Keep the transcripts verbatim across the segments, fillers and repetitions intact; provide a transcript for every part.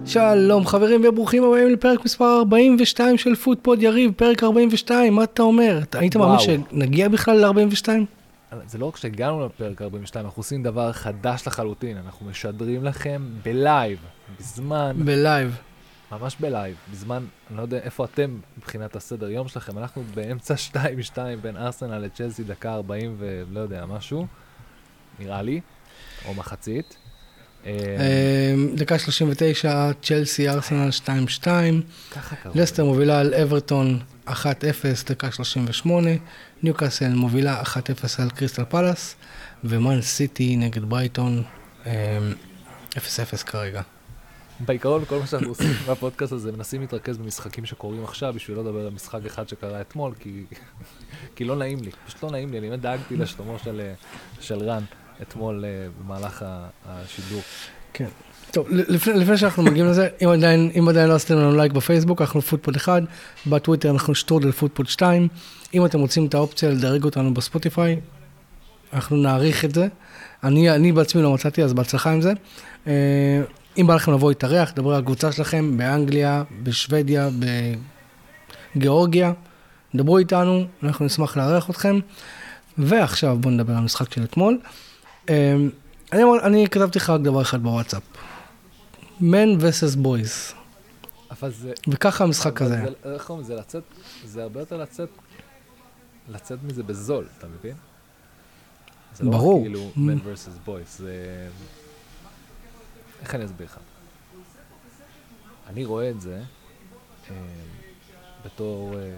שלום חברים וברוכים הבאים לפרק מספר ארבעים ושתיים של פוטפוד. יריב, פרק ארבעים ושתיים, מה אתה אומר? היית מאמין שנגיע בכלל ל-ארבעים ושתיים? זה לא רק שהגענו לפרק ארבעים ושתיים, אנחנו עושים דבר חדש לחלוטין, אנחנו משדרים לכם בלייב, בזמן... בלייב. ממש בלייב, בזמן, אני לא יודע איפה אתם מבחינת הסדר יום שלכם, אנחנו באמצע שתיים שתיים בין ארסנל לצ'לסי, דקה ארבעים ולא יודע, משהו, נראה לי, או מחצית. דקה שלושים ותשע, צ'לסי, ארסנל שתיים שתיים, לסטר מובילה על אברטון אחת אפס, דקה שלושים ושמונה, ניוקאסל מובילה אחת אפס על קריסטל פלאס, ומן סיטי נגד ברייטון אפס אפס כרגע. בעיקרון, כל מה שאנחנו עושים בפודקאסט הזה, מנסים להתרכז במשחקים שקורים עכשיו, בשביל לא לדבר על משחק אחד שקרה אתמול, כי, כי לא נעים לי, פשוט לא נעים לי, אני דאגתי לשלומו של, של רן אתמול במהלך השידור. כן. טוב, לפני, לפני שאנחנו מגיעים לזה, אם עדיין, אם עדיין לא עשיתם לנו לייק בפייסבוק, אנחנו פוטפוד אחד, בטוויטר אנחנו שטרודל פוטפוד שתיים, אם אתם רוצים את האופציה לדרג אותנו בספוטיפיי, אנחנו נעריך את זה. אני, אני בעצמי לא מצאתי, אז בהצלחה עם זה. אם בא לכם לבוא להתארח, דברו על הקבוצה שלכם באנגליה, בשוודיה, בגיאורגיה, דברו איתנו, אנחנו נשמח לארח אתכם. ועכשיו בואו נדבר על המשחק של אתמול. אני, אני כתבתי לך רק דבר אחד בוואטסאפ. Men versus boys. זה, וככה המשחק הזה. זה, איך אומרים, זה לצאת, זה הרבה יותר לצאת, לצאת מזה בזול, אתה מבין? זה ברור. לא כאילו men versus boys, זה... איך אני אסביר לך? אני רואה את זה אה, בתור... אה,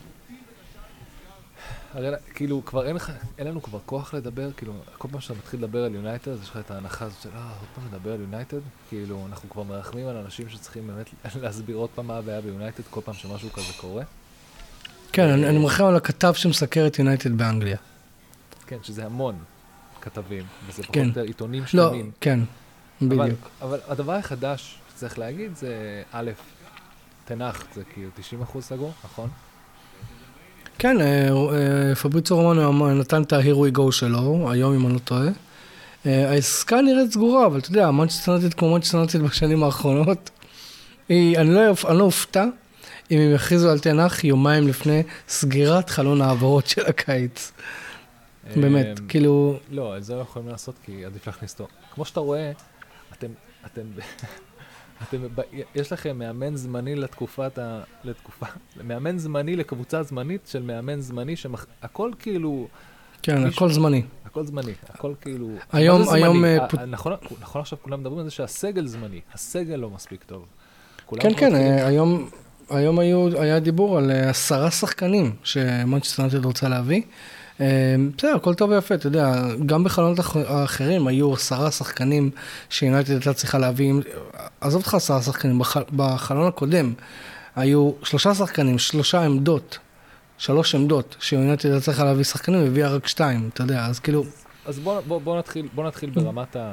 הרי כאילו כבר אין, לך, אין לנו כבר כוח לדבר, כאילו כל פעם שאתה מתחיל לדבר על יונייטד, אז יש לך את ההנחה הזאת של, אה, עוד פעם לדבר על יונייטד? כאילו אנחנו כבר מרחמים על אנשים שצריכים באמת להסביר עוד פעם מה הבעיה ביונייטד, כל פעם שמשהו כזה קורה. כן, אני, אני מרחם על הכתב שמסקר את יונייטד באנגליה. כן, שזה המון כתבים, וזה פחות כן. עיתונים שלמים. לא, כן, בדיוק. אבל, אבל הדבר החדש שצריך להגיד זה, א', תנח, זה כאילו תשעים אחוז סגור, נכון? כן, פבריצו רומנו נתן את ה-Here we go שלו, היום אם אני לא טועה. העסקה נראית סגורה, אבל אתה יודע, מנצ'סטר יונייטד כמו מנצ'סטר יונייטד בשנים האחרונות, אני לא, אני לא אופתע אם הם יכריזו על תנח יומיים לפני סגירת חלון העברות של הקיץ. באמת, כאילו... לא, את זה לא יכולים לעשות כי עדיף להכניס אותו. כמו שאתה רואה, אתם, אתם, אתם, יש לכם מאמן זמני לתקופת ה... לתקופה, מאמן זמני לקבוצה זמנית של מאמן זמני שהכל כאילו... כן, הכל זמני. הכל זמני, הכל כאילו... היום, היום... נכון, נכון עכשיו כולם מדברים על זה שהסגל זמני, הסגל לא מספיק טוב. כן, כן, היום... היום היו, היה דיבור על עשרה שחקנים שמנצ'סטר יונייטד רוצה להביא. בסדר, הכל טוב ויפה, אתה יודע, גם בחלונות האחרים היו עשרה שחקנים שיונייטד הייתה צריכה להביא, עזוב אותך עשרה שחקנים, בחלון הקודם היו שלושה שחקנים, שלושה עמדות, שלוש עמדות שיונייטד הייתה צריכה להביא שחקנים, הביאה רק שתיים, אתה יודע, אז כאילו... אז בוא, בוא, בוא נתחיל, בוא נתחיל ברמת ה...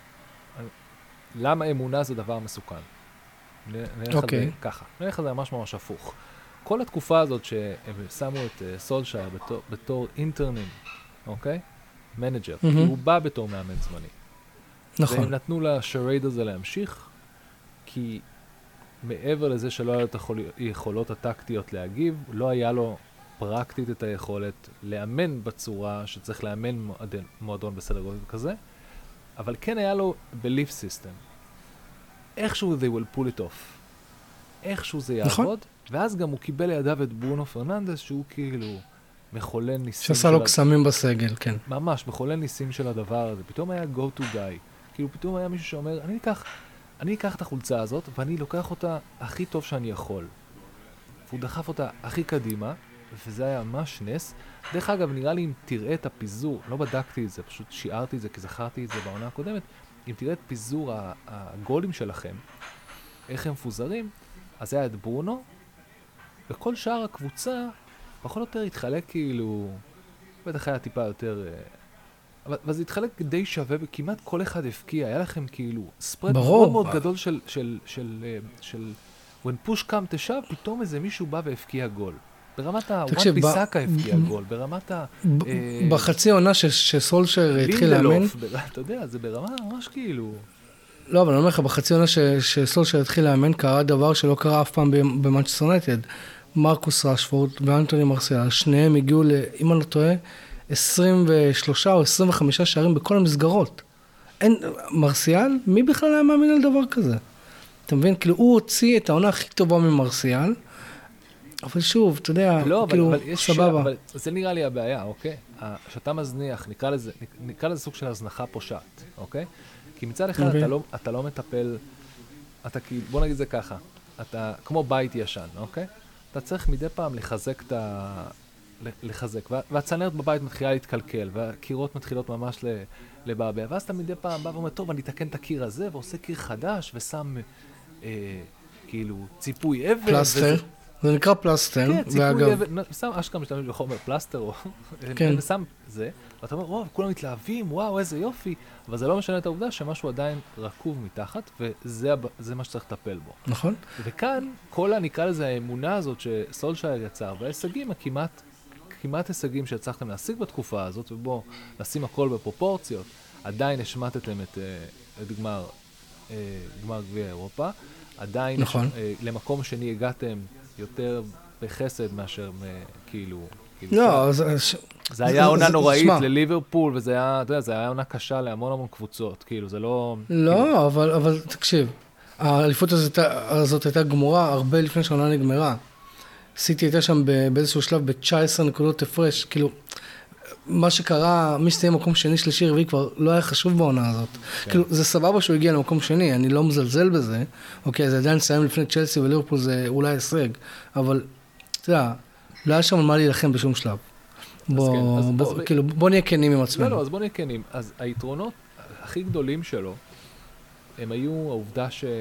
למה אמונה זה דבר מסוכן? נלך על זה ככה, נלך על זה ממש ממש הפוך. כל התקופה הזאת שהם שמו את סולשייר בתור, בתור אינטרנם, אוקיי? מנג'ר, כי הוא בא בתור מאמן זמני. נכון. והם נתנו לשרייד הזה להמשיך, כי מעבר לזה שלא היה לו את היכולות הטקטיות להגיב, לא היה לו פרקטית את היכולת לאמן בצורה שצריך לאמן מועדון, מועדון בסדר גודל כזה, אבל כן היה לו belief system. איכשהו they will pull it off. איכשהו זה יעבוד. נכון. ואז גם הוא קיבל לידיו את ברונו פרננדס, שהוא כאילו מחולל ניסים... שעשה לו קסמים בסגל, כן. ממש, מחולל ניסים של הדבר הזה. פתאום היה go to guy. כאילו פתאום היה מישהו שאומר, אני אקח, אני אקח את החולצה הזאת, ואני לוקח אותה הכי טוב שאני יכול. והוא דחף אותה הכי קדימה, וזה היה ממש נס. דרך אגב, נראה לי אם תראה את הפיזור, לא בדקתי את זה, פשוט שיערתי את זה, כי זכרתי את זה בעונה הקודמת, אם תראה את פיזור הגולים שלכם, איך הם מפוזרים, אז היה את ברונו, וכל שאר הקבוצה, בכל יותר התחלק כאילו, בטח היה טיפה יותר, אבל, אבל זה התחלק די שווה, וכמעט כל אחד הפקיע, היה לכם כאילו ספרד מאוד מאוד גדול של, של, של, של, when push come to shove, פתאום איזה מישהו בא והפקיע גול. ברמת ה... וואן פיסקה הפקיע גול, ברמת ה... בחצי עונה שסולשר התחיל לאמן. אתה יודע, זה ברמה ממש כאילו... לא, אבל אני אומר לך, בחצי עונה שסולשר התחיל לאמן, קרה דבר שלא קרה אף פעם במנצ'סטר יונייטד. מרקוס רשפורד ואנטוני מרסיאל, שניהם הגיעו, אם אני לא טועה, עשרים ושלושה או עשרים וחמישה שערים בכל המסגרות. אין, מרסיאל, מי בכלל היה מאמין על דבר כזה? אתה מבין? כאילו, הוא הוציא את העונה הכי טובה ממרסיאל, אבל שוב, אתה יודע, לא, כאילו, אבל, אבל סבבה. אבל זה נראה לי הבעיה, אוקיי? שאתה מזניח, נקרא לזה, נקרא לזה סוג של הזנחה פושעת, אוקיי? כי מצד אחד אתה לא, אתה לא מטפל, אתה כאילו, בוא נגיד זה ככה, אתה כמו בית ישן, אוקיי? אתה צריך מדי פעם לחזק את ה... לחזק, והצנרת בבית מתחילה להתקלקל, והקירות מתחילות ממש לבעבע, ואז אתה מדי פעם בא ואומר, טוב, אני אתקן את הקיר הזה, ועושה קיר חדש, ושם אה, כאילו ציפוי אבן. פלסטר, וזה... זה נקרא פלסטר. כן, ציפוי ואגב... אבן, שם אשכרה משתמש בחומר פלסטר, או... כן. ושם זה, ואתה אומר, וואו, כולם מתלהבים, וואו, איזה יופי, אבל זה לא משנה את העובדה שמשהו עדיין רקוב מתחת, וזה מה שצריך לטפל בו. נכון. וכאן, כל הנקרא לזה האמונה הזאת שסולשייר יצר, וההישגים הכמעט כמעט הישגים שהצלחתם להשיג בתקופה הזאת, ובו נשים הכל בפרופורציות, עדיין השמטתם את, את גמר, גמר גביע אירופה, עדיין נכון. למקום שני הגעתם יותר בחסד מאשר כאילו... לא, זה, זה היה עונה נוראית לליברפול, וזה היה, אתה יודע, זה היה עונה קשה להמון המון קבוצות, כאילו, זה לא... לא, כאילו... אבל, אבל תקשיב, האליפות הזאת, הזאת הייתה גמורה הרבה לפני שהעונה נגמרה. סיטי הייתה שם באיזשהו שלב ב-תשע עשרה נקודות הפרש, כאילו, מה שקרה, מי שתהיה מקום שני, שלישי, רביעי, כבר לא היה חשוב בעונה הזאת. כן. כאילו, זה סבבה שהוא הגיע למקום שני, אני לא מזלזל בזה, אוקיי, זה עדיין לסיים לפני צ'לסי וליברפול, זה אולי הישג, אבל, אתה יודע, לא היה שם על מה להילחם בשום שלב. בוא, כן, אז, בוא, אז כאילו, בוא נהיה כנים עם עצמנו. לא, לא, אז בוא נהיה כנים. אז היתרונות הכי גדולים שלו, הם היו העובדה ש...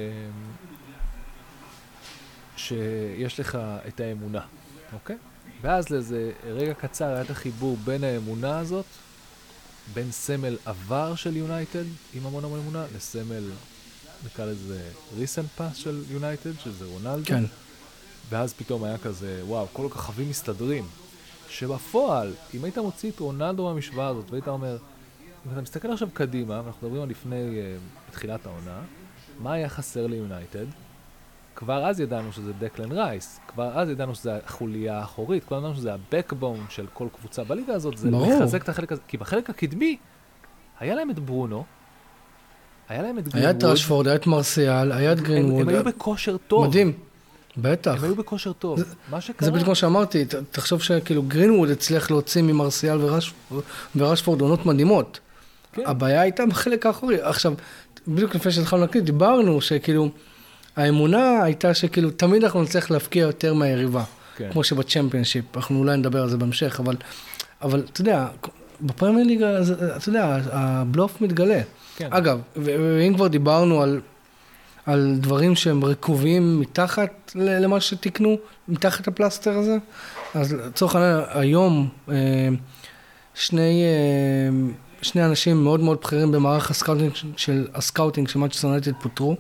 שיש לך את האמונה, אוקיי? ואז לאיזה רגע קצר היה את החיבור בין האמונה הזאת, בין סמל עבר של יונייטד, עם המון המון אמונה, לסמל, נקרא לזה recent past של יונייטד, שזה רונלדו. כן. ואז פתאום היה כזה, וואו, כל הכוכבים מסתדרים. שבפועל, אם היית מוציא את רונלדו מהמשוואה הזאת, והיית אומר, אם אתה מסתכל עכשיו קדימה, ואנחנו מדברים על לפני uh, תחילת העונה, מה היה חסר ליונייטד? כבר אז ידענו שזה דקלן רייס, כבר אז ידענו שזה החוליה האחורית, כבר ידענו שזה הבקבון של כל קבוצה בליגה הזאת, זה ברור. לחזק את החלק הזה, כי בחלק הקדמי, היה להם את ברונו, היה להם את גרינווד. היה את רשפורד, היה את מרסיאל, היה את גרינווד. הם, הם היו בכושר טוב. מדהים, בטח. הם היו בכושר טוב. זה, מה שקרה... זה בדיוק כמו שאמרתי, ת, תחשוב שכאילו גרינווד הצליח להוציא ממרסיאל ורשפורד, ורשפורד עונות מדהימות. כן. הבעיה הייתה בחלק האחורי. עכשיו, בדיוק לפני שהתחלנו להקליט, דיברנו שכאילו, האמונה הייתה שכאילו תמיד אנחנו נצטרך להפקיע יותר מהיריבה, כן. כמו שבצ'מפיונשיפ, אנחנו אולי נדבר על זה בהמשך, אבל, אבל אתה יודע, בפרמייר ליגה, אתה יודע, הבלוף מתגלה. כן. אגב, ואם כבר דיברנו על, על דברים שהם רקובים מתחת למה שתקנו, מתחת הפלסטר הזה, אז לצורך העניין, היום שני, שני אנשים מאוד מאוד בכירים במערך הסקאוטינג של, הסקאוטינג של מנצ'סטר יונייטד פוטרו,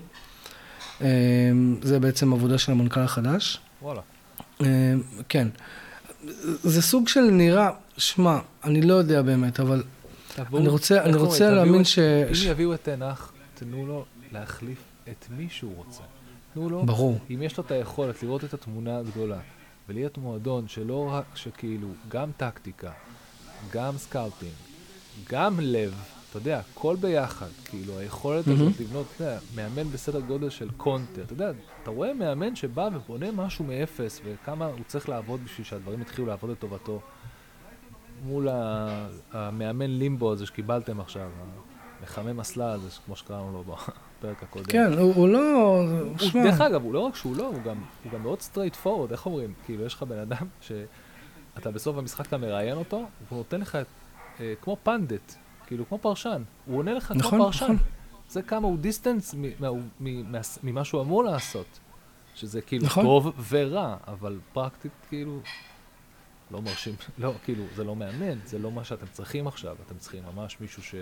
זה בעצם עבודה של המנכ"ל החדש. וואלה. כן. זה סוג של נראה, שמה, אני לא יודע באמת, אבל אני רוצה, אני רוצה להאמין ש... אם יביאו את תנח, תנו לו להחליף את מי שהוא רוצה. תנו לו, ברור. אם יש לו את היכולת לראות את התמונה הגדולה, ולהיות מועדון שלא רק שכאילו, גם טקטיקה, גם סקאוטינג, גם לב, אתה יודע, כל ביחד, כאילו, היכולת mm-hmm. הזאת לבנות, אתה יודע, מאמן בסדר גודל של קונטר, אתה יודע, אתה רואה מאמן שבא ובונה משהו מאפס, וכמה הוא צריך לעבוד בשביל שהדברים יתחילו לעבוד לטובתו, מול המאמן לימבו הזה שקיבלתם עכשיו, המחמם אסלה הזה, כמו שקראנו לו בפרק הקודם. כן, הוא, הוא לא... הוא, דרך אגב, הוא לא רק שהוא לא, הוא גם, הוא גם מאוד סטרייט פורוד, איך אומרים? כאילו, יש לך בן אדם שאתה בסוף המשחק אתה מראיין אותו, והוא נותן לך אה, כמו פנדט, כאילו, כמו פרשן. הוא עונה לך נכון, כמו פרשן. נכון. זה כמה הוא דיסטנס ממה שהוא אמור לעשות. שזה כאילו נכון. טוב ורע, אבל פרקטית כאילו לא מרשים, לא, כאילו, זה לא מאמן, זה לא מה שאתם צריכים עכשיו. אתם צריכים ממש מישהו ש...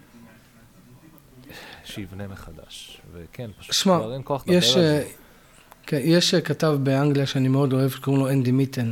שיבנה מחדש. וכן, פשוט שמה, כבר אין כוח לדבר על יש, זה. כן, יש כתב באנגליה שאני מאוד אוהב, שקוראים לו אנדי מיטן,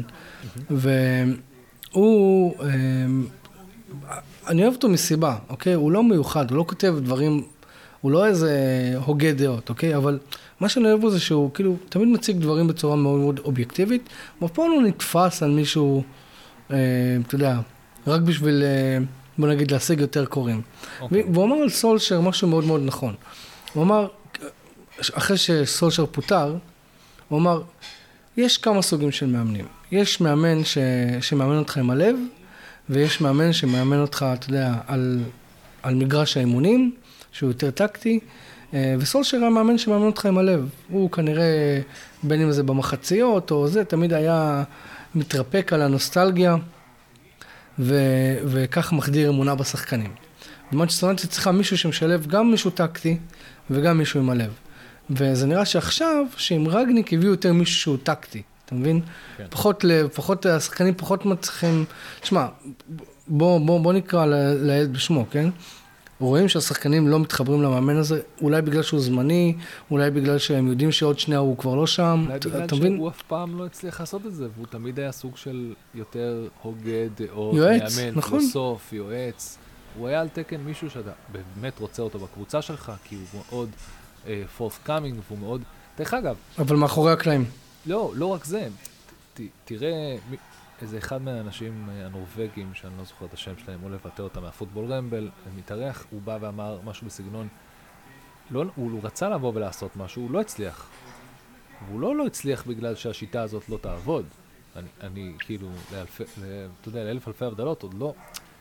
והוא... אני אוהב אותו מסיבה, אוקיי? הוא לא מיוחד, הוא לא כותב דברים הוא לא איזה הוגה דעות, אוקיי? אבל מה שאני אוהב בו זה שהוא כאילו תמיד מציג דברים בצורה מאוד מאוד אובייקטיבית, ואף פעם לא נתפס על מישהו, אה, אתה יודע, רק בשביל, אה, בוא נגיד, להשיג יותר קוראים. אוקיי. והוא אמר על סולשר משהו מאוד מאוד נכון. הוא אמר, אחרי שסולשר פוטר, הוא אמר, יש כמה סוגים של מאמנים. יש מאמן ש... שמאמן אותך עם הלב, ויש מאמן שמאמן אותך, אתה יודע, על, על מגרש האימונים, שהוא יותר טקטי, וסולשר היה מאמן שמאמן אותך עם הלב. הוא כנראה, בין אם זה במחציות או זה, תמיד היה מתרפק על הנוסטלגיה, ו... וכך מחדיר אמונה בשחקנים. במנצ'סטר יונייטד צריכה מישהו שמשלב גם מישהו טקטי, וגם מישהו עם הלב. וזה נראה שעכשיו, שעם רגניק הביאו יותר מישהו שהוא טקטי, אתה מבין? כן. פחות, פחות, השחקנים פחות מצליחים, תשמע, בוא, בוא, בוא נקרא לילד בשמו, כן? רואים שהשחקנים לא מתחברים למאמן הזה, אולי בגלל שהוא זמני, אולי בגלל שהם יודעים שעוד שנייה הוא כבר לא שם, אולי אתה, בגלל אתה מבין? שהוא אף פעם לא הצליח לעשות את זה, והוא תמיד היה סוג של יותר הוגה דעות, יועץ, מאמן, נכון. פילוסוף, יועץ. הוא היה על תקן מישהו שאתה באמת רוצה אותו בקבוצה שלך, כי הוא מאוד uh, forthcoming, והוא מאוד... דרך אגב... אבל מאחורי הקלעים. לא, לא רק זה. ת, תראה, איזה אחד מהאנשים הנורווגים, שאני לא זוכר את השם שלהם, הוא לבטא אותה מהפוטבול רמבל, מתארח, הוא בא ואמר משהו בסגנון, לא, הוא, הוא רצה לבוא ולעשות משהו, הוא לא הצליח. והוא לא לא הצליח בגלל שהשיטה הזאת לא תעבוד. אני, אני כאילו, לאלפי, אתה יודע, לאלף אלפי הבדלות, עוד לא...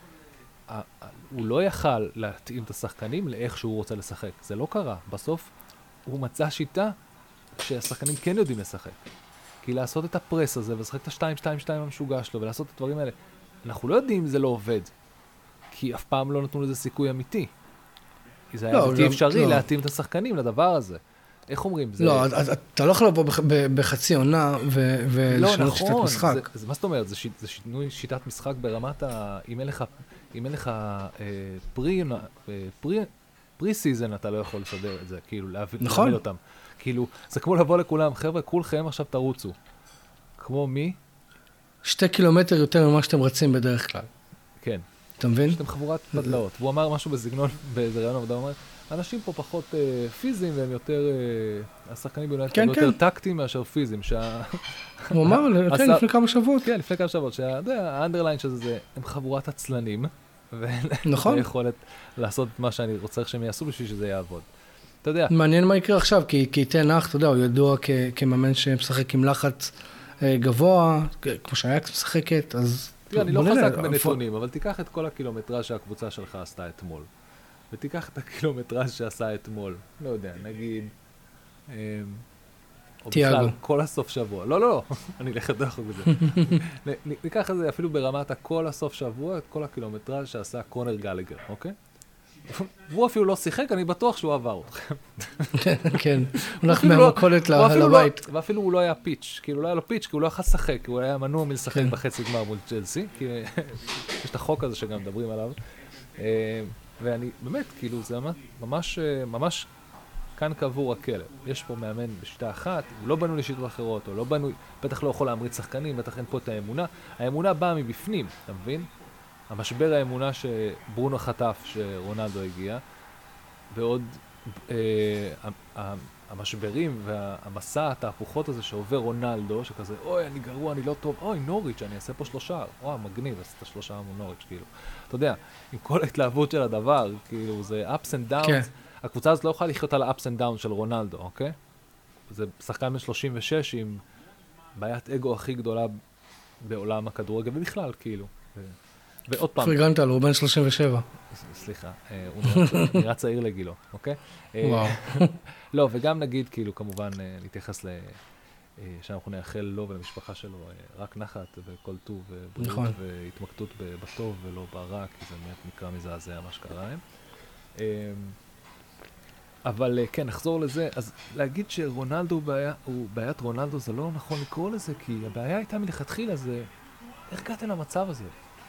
הוא לא יכל להתאים את השחקנים לאיך שהוא רוצה לשחק. זה לא קרה. בסוף הוא מצא שיטה שהשחקנים כן יודעים לשחק. כי לעשות את הפרס הזה ולשחק את ה-שתיים שתיים שתיים המשוגע שלו ולעשות את הדברים האלה, אנחנו לא יודעים אם זה לא עובד. כי אף פעם לא נתנו לזה סיכוי אמיתי. כי זה היה לא, בלתי לא, אפשרי לא. להתאים את השחקנים לדבר הזה. איך אומרים? זה... לא, אתה לא יכול לבוא בח- ב- בחצי עונה ו- לא, ולשנות נכון. שיטת משחק. זה, זה, מה זאת אומרת? זה, ש, זה שינוי שיטת משחק ברמת ה... אם אין לך, אם אין לך אה, פרי, אה, פרי, פרי סיזן, אתה לא יכול לסדר את זה, כאילו, להבין נכון. אותם. כאילו, זה כמו לבוא לכולם, חבר'ה, כולכם עכשיו תרוצו. כמו מי? שתי קילומטר יותר ממה שאתם רצים בדרך כלל. כן. אתה מבין? שאתם חבורת פדלאות. והוא אמר משהו בסגנון, באיזה רעיון עבודה, הוא אומר, אנשים פה פחות אה, פיזיים והם יותר, אה, השחקנים ביונייטד כן, יותר כן. טקטיים מאשר פיזיים. שה... הוא אמר, כן, לפני כמה שבועות. כן, לפני כמה שבועות, שהאנדרליין שזה זה, הם חבורת עצלנים, ואין נכון. יכולת לעשות את מה שאני רוצה שהם יעשו בשביל שזה יעבוד. אתה יודע. מעניין מה יקרה עכשיו, כי, כי תנח, אתה יודע, הוא ידוע כ, כמאמן שמשחק עם לחץ אה, גבוה, כמו שהייקס משחקת, אז... תראה, אני לא בוא נראה, חזק איפה- בנתונים, אבל תיקח את כל הקילומטראז' שהקבוצה שלך עשתה אתמול, ותיקח את הקילומטראז' שעשה אתמול, לא יודע, נגיד, אמ, או תיאגו. בכלל, כל הסוף שבוע. לא, לא, לא, אני אלך יותר רחוק בזה. נ- נ- ניקח את זה אפילו ברמת כל הסוף שבוע, את כל הקילומטראז' שעשה קונר גלגר, אוקיי? והוא אפילו לא שיחק, אני בטוח שהוא עבר אתכם. כן, כן, הולך אפילו לא- מהמכולת הוא אפילו לבית. לא- ואפילו הוא לא היה פיץ', כאילו לא היה לו פיץ', כי הוא לא יכול לשחק, כי הוא היה מנוע מלשחק כן. בחצי גמר מול צ'לסי, כי יש את החוק הזה שגם מדברים עליו. אה, ואני, באמת, כאילו, זה ממש- ממש, אה, ממש כאן קבור הכלב. יש פה מאמן בשיטה אחת, הוא לא בנוי לשיטות אחרות, הוא לא בנוי, בטח לא יכול להמריץ שחקנים, בטח אין פה את האמונה. האמונה באה מבפנים, אתה מבין? המשבר האמונה שברונו חטף, שרונלדו הגיע, ועוד אה, ה- המשברים והמסע, התהפוכות הזה שעובר רונלדו, שכזה, אוי, אני גרוע, אני לא טוב, אוי, נוריץ', אני אעשה פה שלושה, אוי, מגניב, עשית שלושה מול נוריץ', כאילו. אתה יודע, עם כל ההתלהבות של הדבר, כאילו, זה ups and downs, כן. הקבוצה הזאת לא יכולה לחיות על ה-ups and downs של רונלדו, אוקיי? זה שחקן בן שלושים ושש עם בעיית אגו הכי גדולה בעולם הכדורגל, ובכלל, כאילו. ו- ועוד פעם, פרגנת לו, הוא בן שלושים ושבע. סליחה, אה, הוא נראה- נראה צעיר לגילו, אוקיי? אה, וואו. לא, וגם נגיד, כאילו, כמובן, אה, נתייחס ל... אה, שאנחנו נאחל לו ולמשפחה שלו אה, רק נחת וכל טוב ובריאות נכון. והתמקדות ב- בטוב ולא ברע, כי זה באמת מקרא מזעזע מה שקרה להם. אה, אבל אה, כן, נחזור לזה. אז להגיד שרונלדו הוא בעיה, הוא בעיית רונלדו, זה לא נכון לקרוא לזה, כי הבעיה הייתה מלכתחילה, זה... איך הגעתם למצב הזה?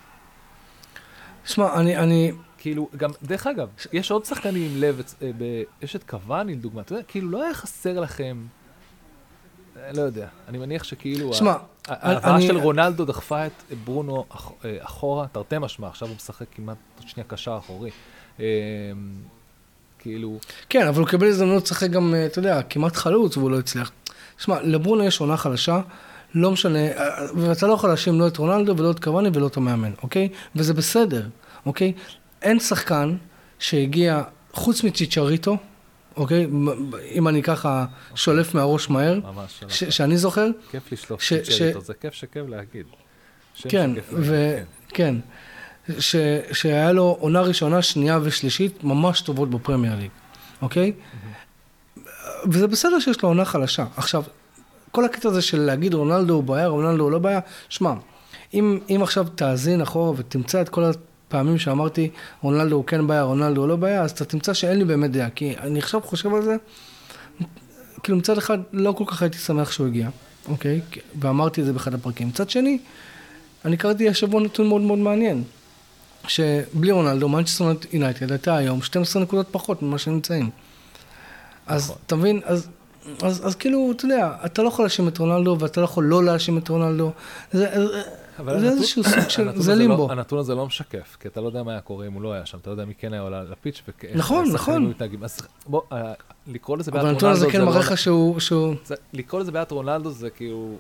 שמע, אני, אני, כאילו, גם, דרך אגב, יש עוד שחקנים עם לב, אה, ב, יש את קוואני, לדוגמה, אתה יודע, כאילו, לא היה חסר לכם, אה, לא יודע, אני מניח שכאילו, שמע, ה- ההעברה אני- של רונלדו דחפה את ברונו אח- אה, אחורה, תרתי משמע, עכשיו הוא משחק כמעט עוד שנייה קשר אחורי. אה, כאילו... כן, אבל הוא קיבל הזדמנות לשחק גם, אתה יודע, כמעט חלוץ, והוא לא הצליח. תשמע, לברון יש עונה חלשה, לא משנה, ואתה לא יכול להאשים לא את רונלדו ולא את קוואני ולא את המאמן, אוקיי? וזה בסדר, אוקיי? אין שחקן שהגיע, חוץ מצ'יצ'ריטו, אוקיי? אם אני ככה שולף מהראש מהר, ממש, ש- שאני זוכר. כיף לשלוף ש- צ'יצ'ריטו, ש- זה כיף שכיף להגיד. שם כן, שכיף להגיד, ו- כן. ש- שהיה לו עונה ראשונה, שנייה ושלישית, ממש טובות בפרמייר ליג, אוקיי? וזה בסדר שיש לו עונה חלשה. עכשיו, כל הקטע הזה של להגיד רונלדו הוא בעיה, רונלדו הוא לא בעיה, שמע, אם, אם עכשיו תאזין אחורה ותמצא את כל הפעמים שאמרתי רונלדו הוא כן בעיה, רונלדו הוא לא בעיה, אז אתה תמצא שאין לי באמת דעה, כי אני עכשיו חושב על זה, כאילו מצד אחד לא כל כך הייתי שמח שהוא הגיע, אוקיי? ואמרתי את זה באחד הפרקים. מצד שני, אני קראתי השבוע נתון מאוד מאוד מעניין, שבלי רונלדו, מנצ'סטר יונייטד הייתה היום שתים עשרה נקודות פחות ממה שנמצאים. אז אתה מבין, אז, אז, אז כאילו, אתה יודע, אתה לא יכול להאשים את רונלדו, ואתה לא יכול לא להאשים את רונלדו. זה, זה איזשהו סוג של, זה לימבו. הנתון הזה לא משקף, כי אתה לא יודע מה היה קורה אם הוא לא היה שם, אתה לא יודע מי כן היה עולה לפיץ' ואיך נכון, נכון. אז בוא, לקרוא לזה בעט אבל רונלדו, הנתון הזה כן מראה לך שהוא... לקרוא לזה בעט רונלדו זה כאילו...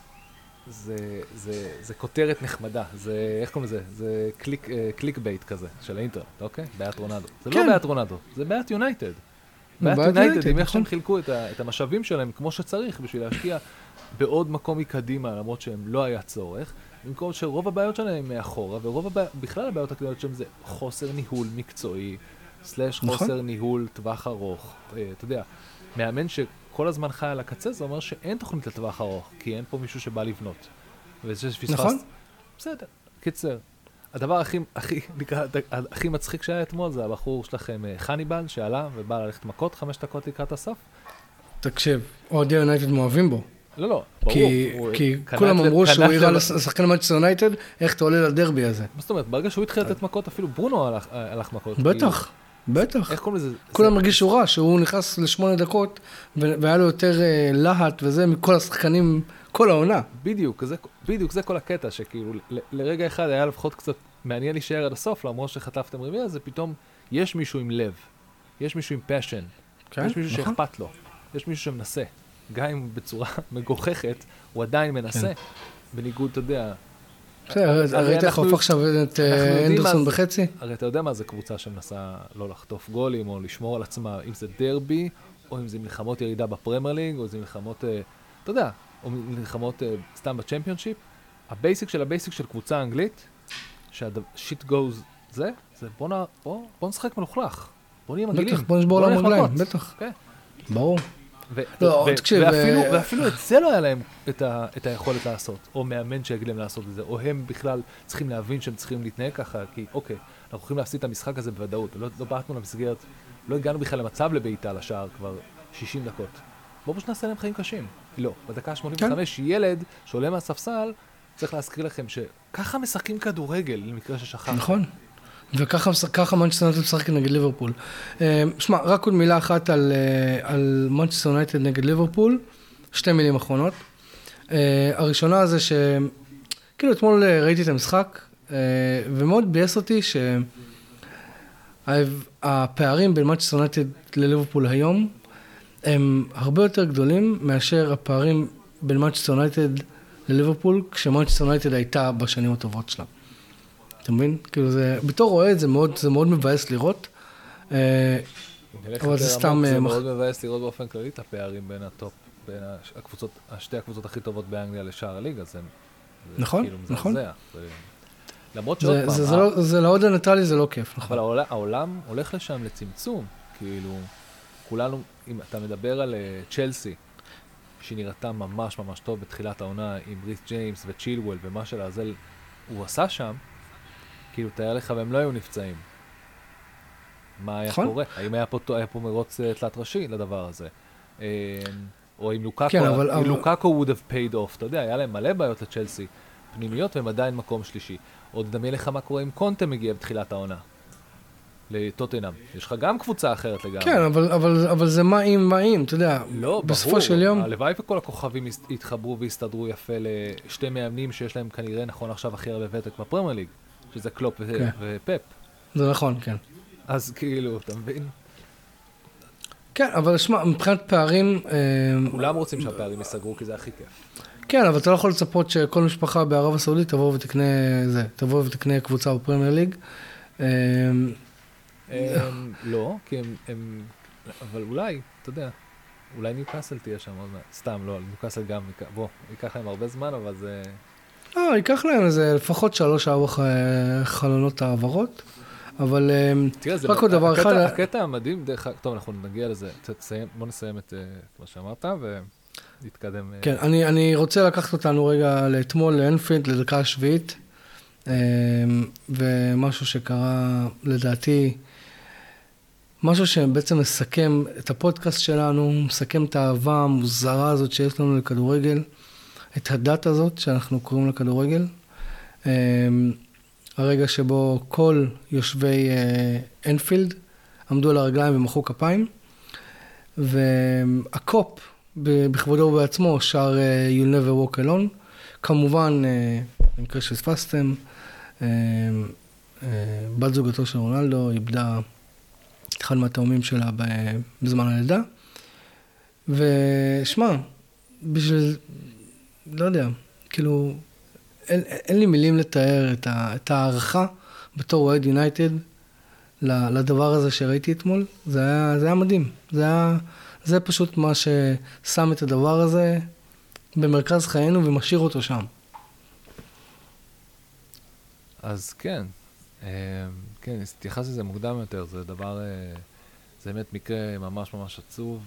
זה, זה, זה כותרת נחמדה, זה, איך קוראים לזה? זה קליק, קליק בייט כזה, של האינטרנט, אוקיי? בעט רונלדו. זה לא בעט רונלדו, זה בעט יונייטד. בעט יונייטד, אם איך שהם חילקו את, ה, את המשאבים שלהם כמו שצריך בשביל להשקיע בעוד מקום מקדימה, למרות שהם לא היה צורך, במקום שרוב הבעיות שלהם הם מאחורה, ורוב הבעיות, בכלל הבעיות הכלליות שלהם זה חוסר ניהול מקצועי, סלש חוסר ניהול טווח ארוך. אתה יודע, מאמן שכל הזמן חי על הקצה, זה אומר שאין תוכנית לטווח ארוך, כי אין פה מישהו שבא לבנות. וזה שפספס... נכון. בסדר, קיצר. הדבר הכי, הכי, הכי מצחיק שהיה אתמול זה הבחור שלכם, חניבל, שעלה ובא ללכת מכות חמש דקות לקראת הסוף. תקשיב, אוהדי יונייטד מאוהבים בו. לא, לא, ברור. כי, כי כולם אמרו שהוא יראה לשחקן מנצ'סטר יונייטד, איך אתה עולה לדרבי הזה. מה זאת אומרת, ברגע שהוא התחיל לתת מכות, אפילו ברונו הלך, הלך מכות. בטח, בטח. איך קוראים לזה? כולם הרגישו רע, שהוא נכנס לשמונה דקות, והיה לו יותר להט וזה מכל השחקנים, כל העונה. בדיוק, זה, בדיוק, זה כל הקטע, שכאילו, לרגע אחד היה לפחות קצת מעניין להישאר עד הסוף, למרות שחטפתם רביעי, זה פתאום, יש מישהו עם לב, יש מישהו עם פשן, כן, יש מישהו נכון. שאכפת לו, יש מישהו שמנסה, גם אם בצורה מגוחכת, הוא עדיין מנסה, כן. בניגוד, אתה יודע... ראית איך הוא הפך עכשיו את אנדרסון בחצי? הרי אתה יודע מה זה קבוצה שמנסה לא לחטוף גולים, או לשמור על עצמה, אם זה דרבי, או אם זה מלחמות ירידה בפרמייר ליג, או אם זה מלחמות, אתה יודע, או מלחמות סתם בצ'מפיונשיפ. הבייסיק של הבייסיק של קבוצה אנגלית, שהשיט גוז זה, זה בוא, נע, בוא, בוא נשחק מלוכלך. בוא נהיה מגעילים. בטח, בוא נשבור להם רגליים, בטח. Okay. ברור. ו- לא, ו- תקשיב, ואפילו, ו- ואפילו את זה לא היה להם את, ה- את היכולת לעשות, או מאמן שיגיד להם לעשות את זה, או הם בכלל צריכים להבין שהם צריכים להתנהג ככה, כי אוקיי, אנחנו יכולים להפסיד את המשחק הזה בוודאות, לא, לא בעטנו למסגרת, לא הגענו בכלל למצב לבעיטה לשער כבר שישים דקות. בואו פשוט נעשה להם חיים קשים. לא, בדקה שמונים וחמש, ילד שעולה מהספסל, צריך להזכיר לכם שככה משחקים כדורגל, למקרה ששכח. נכון. וככה מנצ'סטר יונייטד משחק נגד ליברפול. שמע, רק עוד מילה אחת על, על מנצ'סטר יונייטד נגד ליברפול, שתי מילים אחרונות. הראשונה זה ש... כאילו אתמול ראיתי את המשחק, ומאוד בייס אותי שהפערים בין מנצ'סטר יונייטד לליברפול היום, הם הרבה יותר גדולים מאשר הפערים בין מנצ'סטר יונייטד לליברפול, כשמנצ'סטר יונייטד הייתה בשנים הטובות שלה. אתה מבין? כאילו זה, בתור רואה את זה מאוד, זה מאוד מבאס לראות. אבל זה סתם... זה מאוד מבאס לראות באופן כללי את הפערים בין הטופ, בין הקבוצות, השתי הקבוצות הכי טובות באנגליה לשאר הליגה, זה נכון, נכון. למרות שעוד פעם... זה לעוד הניטרלי, זה לא כיף, נכון. אבל העולם הולך לשם לצמצום, כאילו, כולנו, אם אתה מדבר על צ'לסי, שהיא נראתה ממש ממש טוב בתחילת העונה, עם ריס ג'יימס וצ'ילוול ומה שלעזל הוא עשה שם, כאילו, תאר לך, והם לא היו נפצעים. מה היה קורה? האם היה פה מרוץ תלת ראשי לדבר הזה? או אם לוקאקו would have paid off, אתה יודע, היה להם מלא בעיות לצ'לסי פנימיות, והם עדיין מקום שלישי. עוד דמיין לך מה קורה אם קונטה מגיע בתחילת העונה. לטוטנהאם. יש לך גם קבוצה אחרת לגמרי. כן, אבל זה מה אם, מה אם, אתה יודע, בסופו של יום... הלוואי וכל הכוכבים יתחברו והסתדרו יפה לשתי מאמנים שיש להם כנראה נכון עכשיו הכי הרבה ותק בפרמייר ליג. שזה קלופ ופפ. זה נכון, כן. אז כאילו, אתה מבין? כן, אבל שמע, מבחינת פערים... כולם רוצים שהפערים ייסגרו, כי זה הכי כיף. כן, אבל אתה לא יכול לצפות שכל משפחה בערב הסעודית תבוא ותקנה זה, תבוא ותקנה קבוצה בפרמייר ליג. לא, כי הם... אבל אולי, אתה יודע, אולי ניוקאסל תהיה שם עוד מעט. סתם, לא, ניוקאסל גם, בוא, ייקח להם הרבה זמן, אבל זה... לא, ייקח להם איזה לפחות שלוש ארבע חלונות העברות, אבל רק עוד דבר אחד... הקטע המדהים, דרך... טוב, אנחנו נגיע לזה, בוא נסיים את מה שאמרת ונתקדם. כן, אני רוצה לקחת אותנו רגע לאתמול, לאנפילד, לדקה השביעית, ומשהו שקרה לדעתי, משהו שבעצם מסכם את הפודקאסט שלנו, מסכם את האהבה המוזרה הזאת שיש לנו לכדורגל, את הדת הזאת שאנחנו קוראים לכדורגל. הרגע שבו כל יושבי אנפילד עמדו על הרגליים ומחאו כפיים, והקופ בכבודו בעצמו שר You'll never walk alone. כמובן, במקרה שפספסתם, בת זוגתו של רונלדו איבדה את אחד מהתאומים שלה בזמן הלידה. ושמע, בשביל, לא יודע, כאילו, אין, אין לי מילים לתאר את, ה, את הערכה בתור אוהד יונייטד לדבר הזה שראיתי אתמול. זה היה, זה היה מדהים. זה היה, זה פשוט מה ששם את הדבר הזה במרכז חיינו ומשאיר אותו שם. אז כן, כן, תייחס לזה מוקדם יותר, זה דבר, זה באמת מקרה ממש ממש עצוב,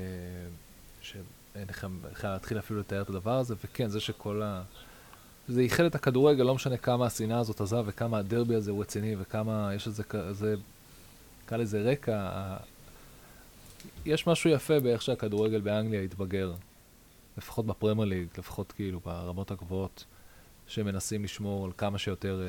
שאין לכם להתחיל אפילו לתאר את הדבר הזה, וכן, זה שכל ה... זה ייחד את הכדורגל, לא משנה כמה השנאה הזאת עזב, וכמה הדרבי הזה הוא רציני, וכמה יש איזה, זה, קל איזה רקע, יש משהו יפה באיך שהכדורגל באנגליה התבגר, לפחות בפרמייר ליג, לפחות כאילו ברמות הגבוהות, שמנסים לשמור על כמה שיותר...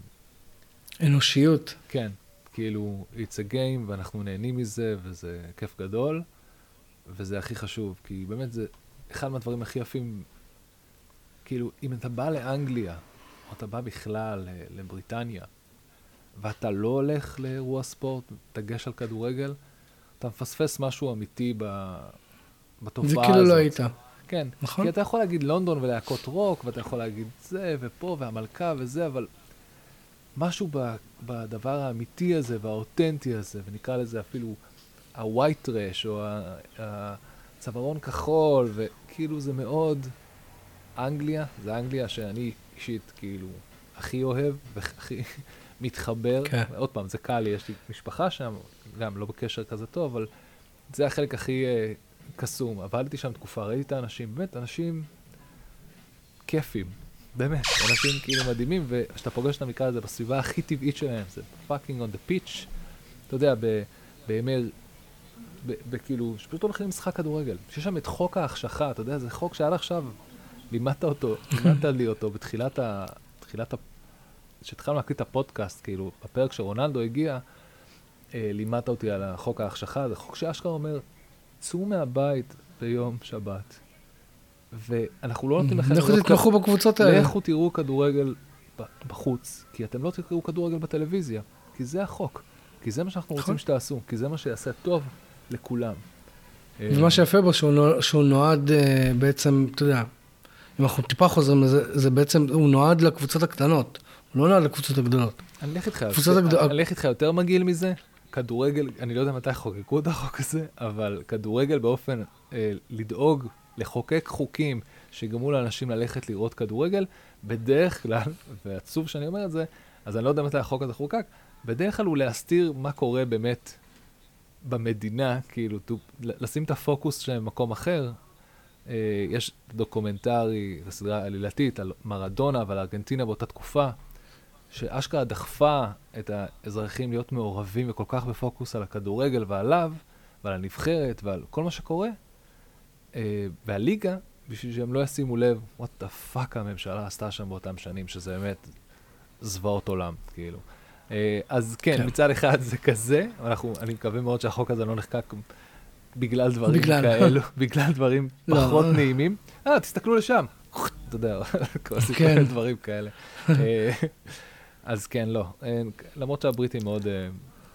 אנושיות. כן, כאילו, it's a game, ואנחנו נהנים מזה, וזה כיף גדול, וזה הכי חשוב, כי באמת זה אחד מהדברים הכי יפים, כאילו, אם אתה בא לאנגליה, או אתה בא בכלל לבריטניה, ואתה לא הולך לאירוע ספורט, תגש על כדורגל, אתה מפספס משהו אמיתי בתופעה הזאת. זה כאילו לא היית. כן, נכון? כי אתה יכול להגיד לונדון ולהקות רוק, ואתה יכול להגיד זה ופה והמלכה וזה, אבל משהו בדבר האמיתי הזה והאותנטי הזה, ונקרא לזה אפילו ה-white trash, או הצווארון כחול, וכאילו זה מאוד אנגליה, זה אנגליה שאני אישית כאילו הכי אוהב והכי מתחבר. כן. עוד פעם, זה קל לי, יש לי משפחה שם, גם לא בקשר כזה טוב, אבל זה החלק הכי uh, קסום. עבדתי שם תקופה, ראיתי את האנשים, באמת, אנשים כיפים, באמת, אנשים כאילו מדהימים, ושאתה פוגש את המקרה הזה בסביבה הכי טבעית שלהם, זה fucking on the pitch, אתה יודע, בימי, כאילו, שפשוט הולכים למשחק כדורגל, שיש שם את חוק ההחשכה, אתה יודע, זה חוק שעד עכשיו לימדת אותו, לימדת לי אותו בתחילת ה... תחילת ה... כשהתחלנו להקליט את הפודקאסט, כאילו, בפרק שרונלדו הגיע, אה, לימדת אותי על החוק ההחשכה, זה חוק שאשכרה אומר, צאו מהבית ביום שבת, ואנחנו לא נותנים לכם... לכו תתמכו בקבוצות האלה. לכו תראו כדורגל בחוץ, כי אתם לא תראו כדורגל בטלוויזיה, כי זה החוק, כי זה מה שאנחנו רוצים שתעשו, כי זה מה שיעשה טוב לכולם. ומה שיפה בו, שהוא נועד בעצם, אתה יודע, אם אנחנו טיפה חוזרים לזה, זה בעצם, הוא נועד לקבוצות הקטנות, הוא לא נועד לקבוצות הגדולות. אני אלך איתך יותר מגעיל מזה, כדורגל, אני לא יודע מתי חוקקו את החוק הזה, אבל כדורגל באופן אה, לדאוג, לחוקק חוקים שגרמו לאנשים ללכת לראות כדורגל, בדרך כלל, ועצוב שאני אומר את זה, אז אני לא יודע מתי החוק הזה חוקק, בדרך כלל הוא להסתיר מה קורה באמת במדינה, כאילו, לשים את הפוקוס שלהם במקום אחר. אה, יש דוקומנטרי וסדרה עלילתית על מרדונה ועל ארגנטינה באותה תקופה, שאשכרה דחפה את האזרחים להיות מעורבים וכל כך בפוקוס על הכדורגל ועליו, ועל הנבחרת ועל כל מה שקורה, אה, והליגה, בשביל שהם לא ישימו לב, what the fuck הממשלה עשתה שם באותם שנים, שזה באמת זוועות עולם, כאילו. אה, אז כן, כן, מצד אחד זה כזה, אנחנו, אני מקווה מאוד שהחוק הזה לא נחקק בגלל דברים בגלל. כאלו, בגלל דברים פחות לא. נעימים. אה, תסתכלו לשם. אתה יודע, כן. דברים כאלה. אז כן, לא. למרות שהבריטים מאוד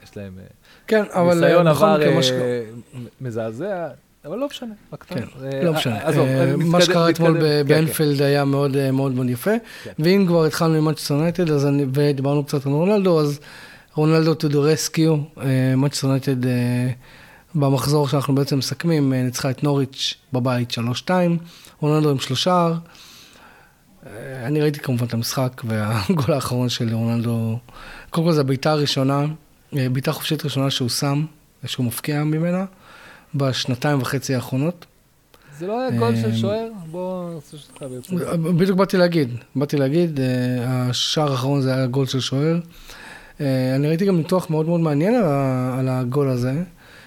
יש להם כן, אבל ניסיון בכל עבר מקרה, מה ש- מזעזע, אבל לא משנה, בקטן. כן, אה, לא אה, משנה. עזוב, אה, אני מה מתקדם- שקרה אתמול מתקדם. ב- כן, באנפילד היה מאוד אה, מאוד מאוד יפה. כן. ואם כבר התחלנו עם Manchester United, אז אני- ודיברנו קצת על רונלדו, אז רונלדו to the rescue, אה, Manchester United אה, במחזור שאנחנו בעצם מסכמים, אה, ניצחה את נוריץ' בבית שלוש שתיים, רונלדו עם שלושה. אה, אני ראיתי כמובן את המשחק, והגול האחרון של רונלדו, קודם כל זה הביתה הראשונה, אה, ביתה חופשית ראשונה שהוא שם, שהוא מפקיע ממנה, בשנתיים וחצי האחרונות. זה לא היה גול של שוער? בוא, אני רוצה שתך ברצינות. בדיוק באתי להגיד, באתי להגיד, אה, השער האחרון זה היה גול של שוער. אה, אני ראיתי גם ניתוח מאוד מאוד מעניין על ה- על הגול הזה,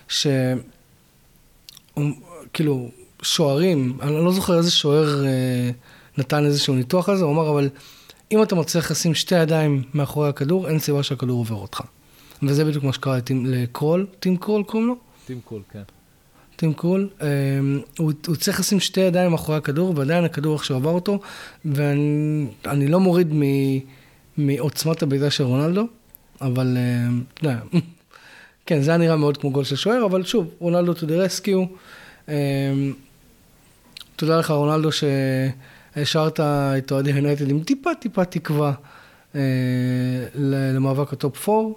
שכאילו שוערים, אני לא זוכר איזה שוער אה, נתן איזשהו ניתוח על זה, הוא אמר, אבל אם אתה מצליח לשים שתי ידיים מאחורי הכדור, אין סיבה שהכדור עובר אותך. וזה בדיוק מה שקרה לטים- לקרול, טים קרול קוראים לו? טים קול, כן. טים קול, אה, הוא, הוא צריך לשים שתי ידיים מאחורי הכדור, ועדיין הכדור איך שעבר אותו, ואני אני לא מוריד מ, מעוצמת הביתה של רונלדו, אבל, אה, אתה יודע, כן, זה היה נראה מאוד כמו גול של שוער, אבל שוב, רונלדו to the rescue, אה, תודה לך רונלדו שהשארת את אוהדי יונייטד עם טיפה טיפה תקווה אה, למאבק הטופ ארבע,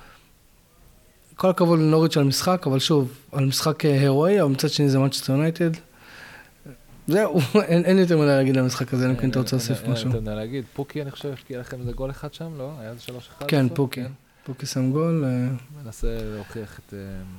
כל הכבוד לנוריץ' על המשחק, אבל שוב, על משחק הירואי, אבל מצד שני זה Manchester United. זהו, אין, אין יותר מדי להגיד על המשחק הזה, אני מכן אתה רוצה להוסיף משהו. אין יותר מדי להגיד. פוקי, אני חושב שקיע לכם איזה גול אחד שם, לא? היה זה שלוש אחד? כן, בסוף? פוקי. פוקי שם גול. אה, מנסה להוכיח את אה,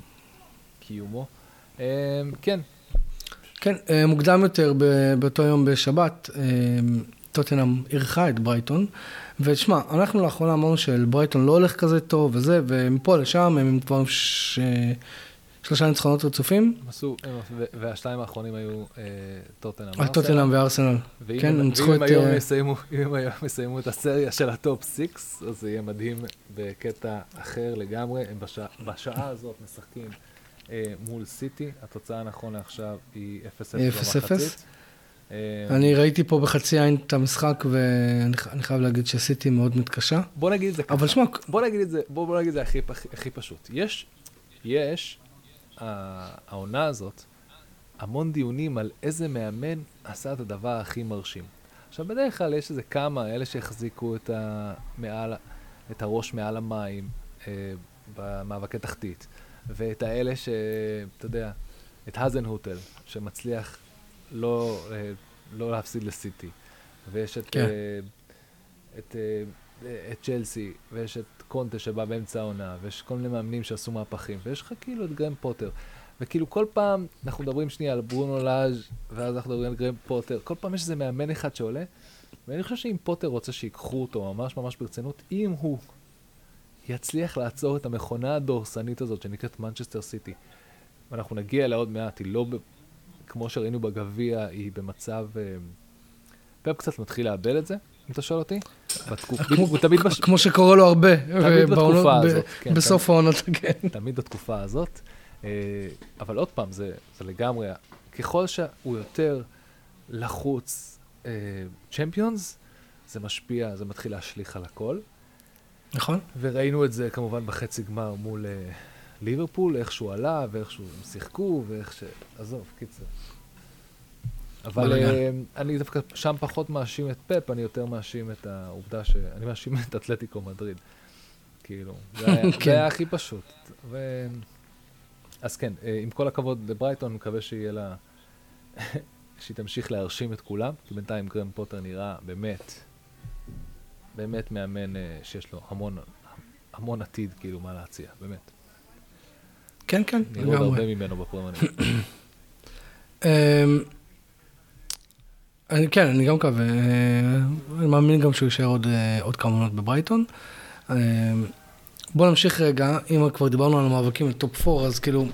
קיומו. אה, כן, כן, אה, מוקדם יותר ב- באותו יום בשבת, אה, טוטנהאם אירחה את ברייטון, ותשמע, אנחנו לאחרונה אמרנו של ברייטון לא הולך כזה טוב וזה, ומפה לשם הם כבר עם ש... שלושה ניצחונות רצופים, הם עשו, הם- ו- והשתיים האחרונים היו אה, טוטנהאם. על טוטנהאם וארסנל. ואם כן, הם- הם ניצחו ואם את, היום אה, יסיימו- אם הם היום יסיימו את הסריה של הטופ סיקס, אז זה יהיה מדהים בקטע אחר לגמרי. הם בשעה- בשעה הזאת משחקים אה, מול סיטי. התוצאה נכון לעכשיו היא אפס אפס אפס אפס. במחצית. אה, אני ראיתי פה בחצי עין את המשחק, ואני ח- אני חייב להגיד שסיטי מאוד מתקשה. בוא נגיד את זה ככה. אבל שמע, בוא נגיד את זה, בוא, בוא נגיד את זה הכי, הכי, הכי פשוט. יש, יש, ה- העונה הזאת, המון דיונים על איזה מאמן עשה את הדבר הכי מרשים. עכשיו, בדרך כלל יש איזה כמה, אלה שהחזיקו את, ה, מעל, את הראש מעל המים אה, במאבקי תחתית, ואת האלה ש... אתה יודע, את האזנהוטל, שמצליח לא, אה, לא להפסיד לסיטי, ויש את, כן. אה, את, אה, את צ'לסי, ויש את קונטה שבא באמצע העונה, ויש כל מיני מאמנים שעשו מהפכים, ויש לך כאילו את גרם פוטר. וכאילו כל פעם אנחנו מדברים שנייה על ברונו לאז' ואז אנחנו מדברים על גרם פוטר, כל פעם יש איזה מאמן אחד שעולה, ואני חושב שאם פוטר רוצה שיקחו אותו ממש ממש ברצינות, אם הוא יצליח לעצור את המכונה הדורסנית הזאת שנקראת מנצ'סטר סיטי, ואנחנו נגיע אליה עוד מעט, היא לא, ב... כמו שראינו בגביע, היא במצב... אה, פפ קצת מתחיל לאבד את זה, אם אתה שואל אותי. בתקופ... כמו- הוא תמיד, בש... כמו שקורה לו הרבה. תמיד ובעונות- בתקופה ב- הזאת. כן, בסוף העונות, כן. תמיד בתקופה הזאת. אה, אבל עוד פעם, זה, זה לגמרי, ככל שהוא יותר לחוץ צ'מפיונס, זה משפיע, זה מתחיל להשליך על הכל. נכון? וראינו את זה כמובן בחצי גמר מול אה, ליברפול, איך שהוא עלה ואיך שהוא שיחקו ואיך ש... עזוב, קיצר. אבל בלגן. אה, אני דווקא שם פחות מאשים את פפ, אני יותר מאשים את העובדה ש... אני מאשים את אתלטיקו מדריד. כאילו, זה היה, כן. זה היה הכי פשוט. ו... אז כן, אה, עם כל הכבוד לברייטון, אני מקווה שיהיה לה... שהיא תמשיך להרשים את כולם, כי בינתיים גרם פוטר נראה באמת, באמת מאמן אה, שיש לו המון, המון עתיד, כאילו, מה להציע, באמת. כן, כן, נראה עוד לגמרי. הרבה ממנו בפרמייר ליג. אמ, אני, כן, אני גם מקווה, אה, אני מאמין גם שהוא יישאר עוד, אה, עוד כמה עונות בברייטון. אמ, בואו נמשיך רגע, אם כבר דיברנו על המאבקים לטופ ארבע, אז כאילו,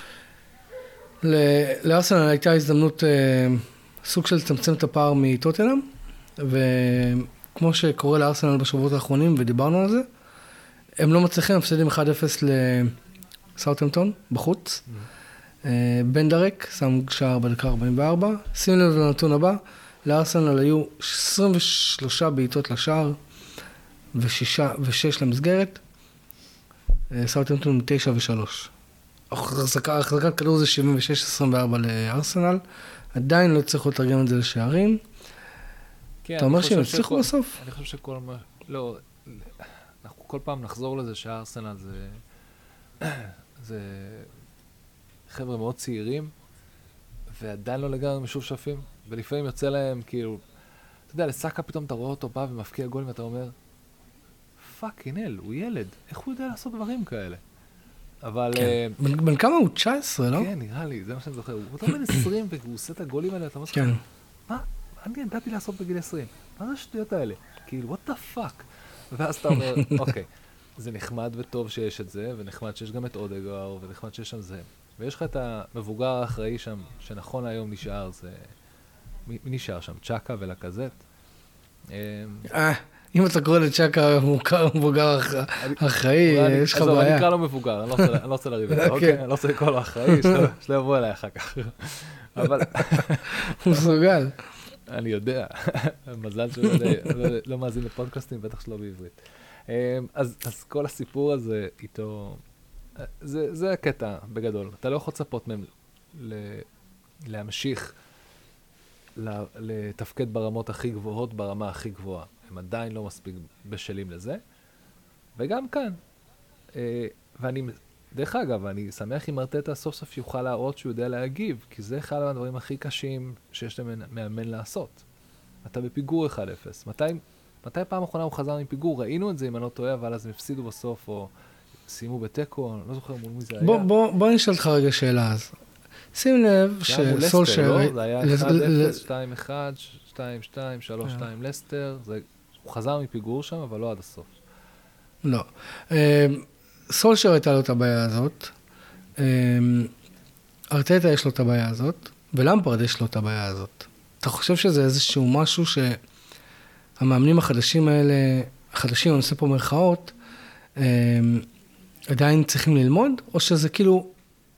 ל- לארסנל הייתה הזדמנות אה, סוג של לצמצם את הפער מטוטנהאם, וכמו שקורה לארסנל בשבועות האחרונים, ודיברנו על זה, הם לא מצליחים, הפסדים אחד אפס לסאות'המפטון בחוץ. אה, בן דרק שם שער בדקה ארבעים וארבע. שים לב לנתון הבא, לארסנל היו עשרים ושלוש בעיטות לשער ושישה ושש למסגרת. סאות'המפטון תשע ושלוש. החזקת כדור זה שבעים ושש עשרים וארבע לארסנל, עדיין לא הצליחו לתרגם את זה לשערים. אתה אומר שהם הצליחו בסוף? אני חושב שכל מה... לא, אנחנו כל פעם נחזור לזה שהארסנל זה... זה חבר'ה מאוד צעירים, ועדיין לא לגמרי משופשפים, ולפעמים יוצא להם כאילו... אתה יודע, לסאקה פתאום אתה רואה אותו בא ומפקיע גולים, ואתה אומר, פאקינג הל, הוא ילד, איך הוא יודע לעשות דברים כאלה? אבל... בן כמה הוא? תשע עשרה, לא? כן, נראה לי, זה מה שאני זוכר. הוא אותו בן עשרים, והוא עושה את הגולים האלה, אתה אומר, מה? אני ידעתי לעשות בגיל עשרים. מה זה השטויות האלה? כאילו, what the fuck? ואז אתה אומר, אוקיי, זה נחמד וטוב שיש את זה, ונחמד שיש גם את אודגארד, ונחמד שיש שם זה. ויש לך את המבוגר האחראי שם, שנכון להיום נשאר, זה... מי נשאר שם? צ'אקה ולקזט? אה, אם אתה קורא לצ'אקה מבוגר אחראי, יש לך בעיה. אני אקרא לו מבוגר, אני לא רוצה לריב את זה, אוקיי? אני לא רוצה לקרוא לו אחראי, שלא יבוא אליי אחר כך. אבל... הוא מסוגל. אני יודע, מזל שהוא לא מאזין לפודקאסטים, בטח שלא בעברית. אז כל הסיפור הזה איתו, זה הקטע בגדול. אתה לא יכול לצפות מהם להמשיך לתפקד ברמות הכי גבוהות, ברמה הכי גבוהה. הם עדיין לא מספיק בשלים לזה. וגם כאן, ואני, דרך אגב, אני שמח אם ארטטה סוף סוף יוכל להראות שהוא יודע להגיב, כי זה אחד מהדברים הכי קשים שיש למאמן לעשות. אתה בפיגור אחד אפס. מתי, מתי פעם אחרונה הוא חזר מפיגור? ראינו את זה אם אני לא טועה, אבל אז הם הפסידו בסוף, או סיימו בטקו, אני לא זוכר מול מי זה בוא, היה. בוא, בוא נשאל אותך רגע שאלה אז. שים לב שסולשר... זה היה אחד אפס, שתיים אחת, שתיים שתיים, שלוש שתיים לסטר, הוא חזר מפיגור שם, אבל לא עד הסוף. לא. סולשר הייתה לו את הבעיה הזאת, ארטטה יש לו את הבעיה הזאת, ולמפרד יש לו את הבעיה הזאת. אתה חושב שזה איזשהו משהו שהמאמנים החדשים האלה, החדשים, אני עושה פה מרכאות, עדיין צריכים ללמוד, או שזה כאילו...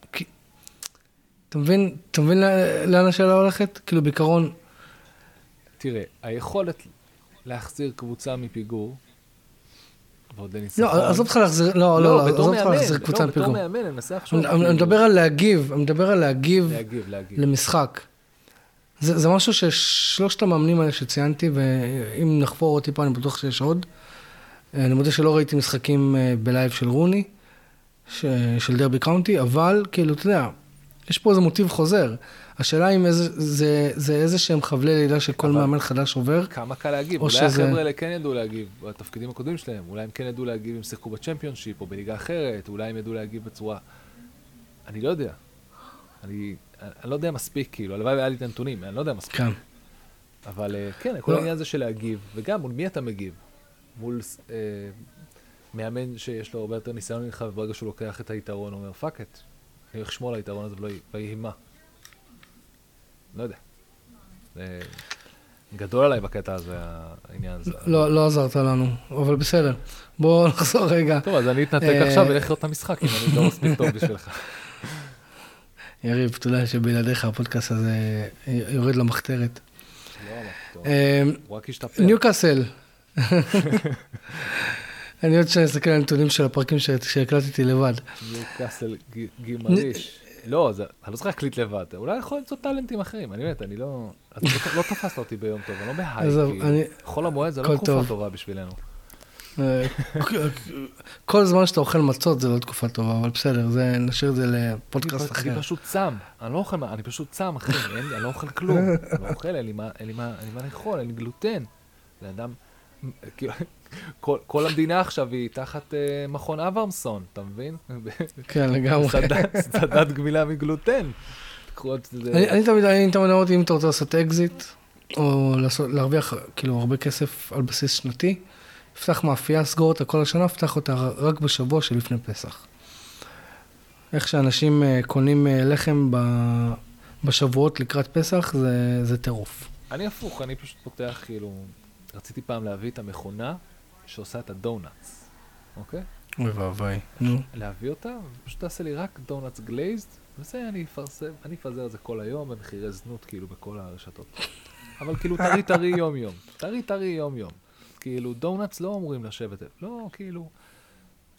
אתה מבין, אתה מבין לאן השאלה הולכת? כאילו בעיקרון... תראה, היכולת להחזיר קבוצה מפיגור, ועוד לניסחון... לא, עזוב אותך להחזיר, לא, לא, עזוב אותך להחזיר קבוצה מפיגור. לא, בתור מאמן, אני מנסה עכשיו... אני מדבר על להגיב, אני מדבר על להגיב להגיב. למשחק. זה משהו ששלושת המאמנים האלה שציינתי, ואם נחפור אותי פה, אני בטוח שיש עוד. אני מודה שלא ראיתי משחקים בלייב של רוני, של דרבי קאונטי, אבל כאילו, אתה יודע, יש פה איזה מוטיב חוזר. השאלה אם זה איזה שהם חבלי לידה שכל מאמן חדש עובר. כמה קל להגיב. אולי החבר'ה האלה כן ידעו להגיב בתפקידים הקודמים שלהם. אולי הם כן ידעו להגיב אם שיחקו בצ'מפיונשיפ או בליגה אחרת. אולי הם ידעו להגיב בצורה... אני לא יודע. אני לא יודע מספיק, כאילו. הלוואי היה לי את הנתונים, אני לא יודע מספיק. כן. אבל כן, כל העניין הזה של להגיב. וגם, מול מי אתה מגיב? מול מאמן שיש לו הרבה יותר ניסיון ממך, וברגע שהוא לוקח את היתרון, הוא אומר, פאק את. אני הולך לשמור על היתרון הזה ולא יהיה מה. לא יודע. זה גדול עליי בקטע הזה, העניין הזה. לא, לא עזרת לנו, אבל בסדר. בואו נחזור רגע. טוב, אז אני אתנתק עכשיו ולך לראות את המשחק, אם אני לא מספיק טוב בשבילך. יריב, אתה יודע שבלעדיך הפודקאסט הזה יורד למחתרת. לא, טוב. הוא רק ישתפר. ניוקאסל. אני עוד שאני אסתכל על הנתונים של הפרקים שהקלטתי לבד. ניוקאסל גימריש. לא, אני לא צריך להקליט לבד. אולי יכול למצוא טלנטים אחרים. אני באמת, אני לא... לא תפסת אותי ביום טוב, אני לא בהיי. חול המועד זה לא תקופה טובה בשבילנו. כל זמן שאתה אוכל מצות זה לא תקופה טובה, אבל בסדר, נשאיר את זה לפודקאסט אחר. אני פשוט צם. אני לא אוכל, אני פשוט צם, אחי. אני לא אוכל כלום. אני לא אוכל, אין לי מה לאכול, אין לי גלוטן. זה אדם... כל, כל המדינה עכשיו היא תחת uh, מכון אברמסון, אתה מבין? כן, לגמרי. צדת גמילה מגלוטן. אני, אני תמיד, אני תמיד אמרתי, אם אתה רוצה לעשות אקזיט, או לעשות, להרוויח כאילו הרבה כסף על בסיס שנתי, פתח מאפייה, סגור אותה כל השנה, פתח אותה רק בשבוע שלפני פסח. איך שאנשים uh, קונים uh, לחם ב, בשבועות לקראת פסח, זה, זה טירוף. אני הפוך, אני פשוט פותח כאילו... רציתי פעם להביא את המכונה שעושה את הדונאטס, אוקיי? אוי ואבוי, נו. להביא אותה, ופשוט תעשה לי רק דונאטס גלייזד, וזה אני אפרסם, אני אפזר את זה כל היום, במחירי זנות כאילו בכל הרשתות. אבל כאילו טרי טרי יום יום, טרי טרי יום יום. כאילו דונאטס לא אמורים לשבת, לא כאילו,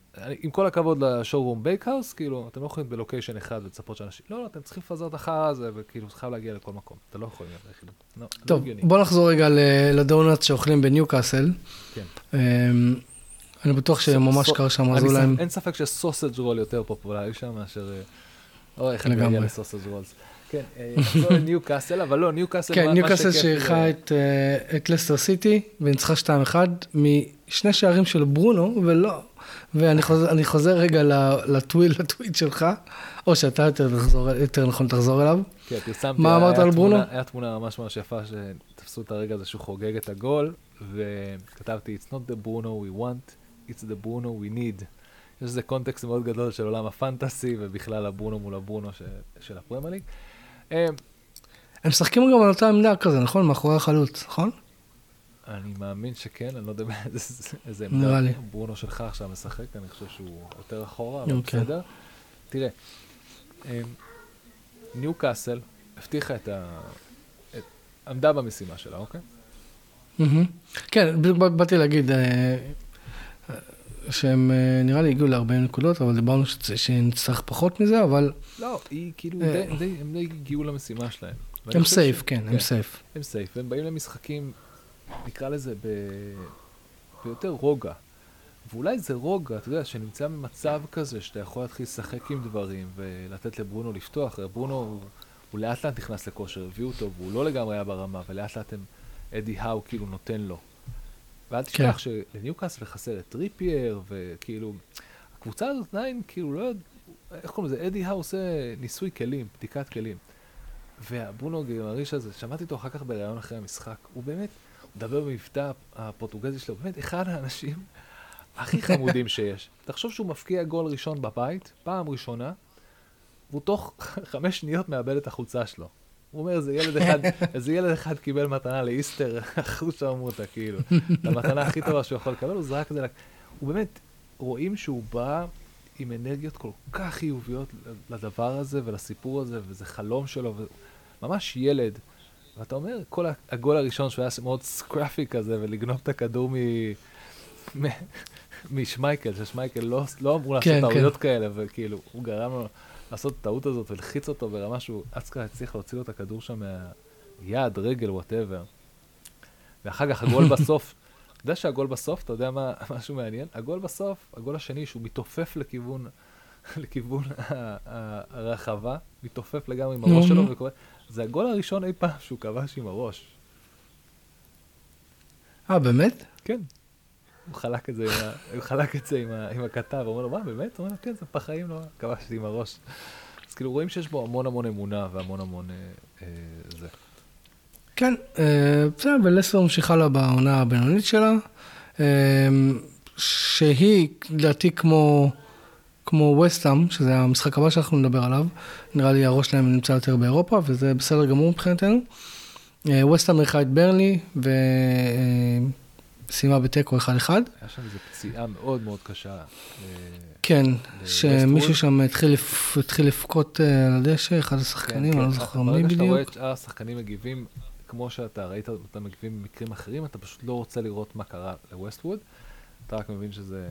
עם כל הכבוד לשואורום בייקהאוס, כאילו, אתם לא יכולים בלוקיישן אחד ולצפות שאנשים, לא, לא, אתם צריכים לפזר את החרא הזה, וכאילו, צריכים להגיע לכל מקום. אתה לא יכולים להיות היחידים. לא, טוב, לא בוא נחזור רגע לדונלדס שאוכלים בניוקאסל. כן. אני בטוח שממש קר שם, עזו להם... אין ספק שסוסג' רול יותר פופולרי שם, מאשר... או, איך אני מגיע לסוסג' רולס. כן, נחזור לניוקאסל, אבל לא, ניוקאסל... כן, ניוקאסל שאירחה את לסטר סיטי, וניצחה שתיים אחד, משני שערים של ברונו, ולא... ואני חוזר רגע לטוויט שלך, או שאתה יותר נכון תחזור אליו. כן, פרסמתי, מה אמרת על ברונו? היה תמונה ממש ממש יפה, שתפסו את הרגע הזה שהוא חוגג את הגול, וכתבתי, It's not the Bruno we want, it's the Bruno we need. יש איזה קונטקסט מאוד גדול של עולם הפנטסי, ובכלל הברונו מול הברונו של הפרמייר ליג. הם משחקים גם על אותה עמדה כזה, נכון? מאחורי החלוץ, נכון? אני מאמין שכן, אני לא יודע איזה עמדה. ברונו שלך עכשיו משחק, אני חושב שהוא יותר אחורה, אבל בסדר. תראה, ניוקאסל הבטיחה את העמדה במשימה שלה, אוקיי? כן, באתי להגיד שהם נראה לי הגיעו ל-ארבעים נקודות, אבל דיברנו שנצטרך פחות מזה, אבל... לא, היא כאילו, הם די הגיעו למשימה שלהם. הם סייף, כן, הם סייף. הם סייף, והם באים למשחקים, נקרא לזה, ביותר רוגע. ואולי זה רוגע, אתה יודע, שנמצא במצב כזה, שאתה יכול להתחיל לשחק עם דברים, ולתת לברונו לפתוח. ברונו הוא לאט לאט נכנס לכושר, הביאו אותו, והוא לא לגמרי היה ברמה, ולאט לאט הם, אדי האו כאילו נותן לו. ואל תשכח שלניוקאסל חסר את טריפייר, וכאילו, הקבוצה הזאת עדיין, כאילו, לא יודע, איך קוראים לזה, אדי האו עושה ניסוי כלים, בדיקת כלים. והברונו גמריש הזה, שמעתי אותו אחר כך בראיון אחרי המשחק, הוא באמת, הוא מדבר במבטא הפורטוגזי שלו, באמת אחד האנשים הכי חמודים שיש. תחשוב שהוא מפקיע גול ראשון בבית, פעם ראשונה, והוא תוך חמש שניות מאבד את החולצה שלו. הוא אומר, איזה ילד אחד, איזה ילד אחד קיבל מתנה לאיסטר, אחוז שרמו אותה, כאילו. המתנה הכי טובה שהוא יכול לקבל, הוא זרק את זה. הוא באמת, רואים שהוא בא עם אנרגיות כל כך חיוביות לדבר הזה ולסיפור הזה, וזה חלום שלו, ממש ילד. ואתה אומר, כל הגול הראשון שהוא היה מאוד סקרפי כזה, ולגנוב את הכדור מ... משמייקל, ששמייקל לא, לא אמרו לעשות טעויות כאלה, וכאילו, הוא גרם לו לעשות את הטעות הזאת ולחיץ אותו ברמה שהוא אצקה הצליח להוציא לו את הכדור שם מהיד, רגל, whatever. ואחר כך הגול בסוף, אתה יודע שהגול בסוף, אתה יודע מה, משהו מעניין? הגול בסוף, הגול השני שהוא מתעופף לכיוון, לכיוון הרחבה, מתעופף לגמרי עם הראש שלו וקורא, זה הגול הראשון אי פעם שהוא כבש עם הראש. אה, באמת? כן. הוא חלק את זה, הוא חלק את זה עם, עם הכתב, הוא אומר לו, מה, באמת? הוא אומר לו, כן, זה בחיים לא, כבשתי עם הראש. אז כאילו רואים שיש בו המון המון אמונה והמון המון אה, זה. כן, אה, בסדר, ולסטר ממשיכה לה בעונה הבינונית שלה, אה, שהיא, לדעתי, כמו, כמו וסטהאם, שזה המשחק הבא שאנחנו נדבר עליו, נראה לי הראש שלהם נמצא יותר באירופה, וזה בסדר גמור מבחינתנו. אה, וסטהאם אירחה את ברנלי, ו... אה, סיימה בטקו אחד אחד. היה שם איזו פציעה מאוד מאוד קשה. כן, שמישהו שם התחיל לפקוט על הדשא, אחד השחקנים, אני לא זוכר מי בדיוק. ברגע שאתה רואה את השחקנים מגיבים, כמו שאתה ראית אותם מגיבים במקרים אחרים, אתה פשוט לא רוצה לראות מה קרה לווסטווד. אתה רק מבין שזה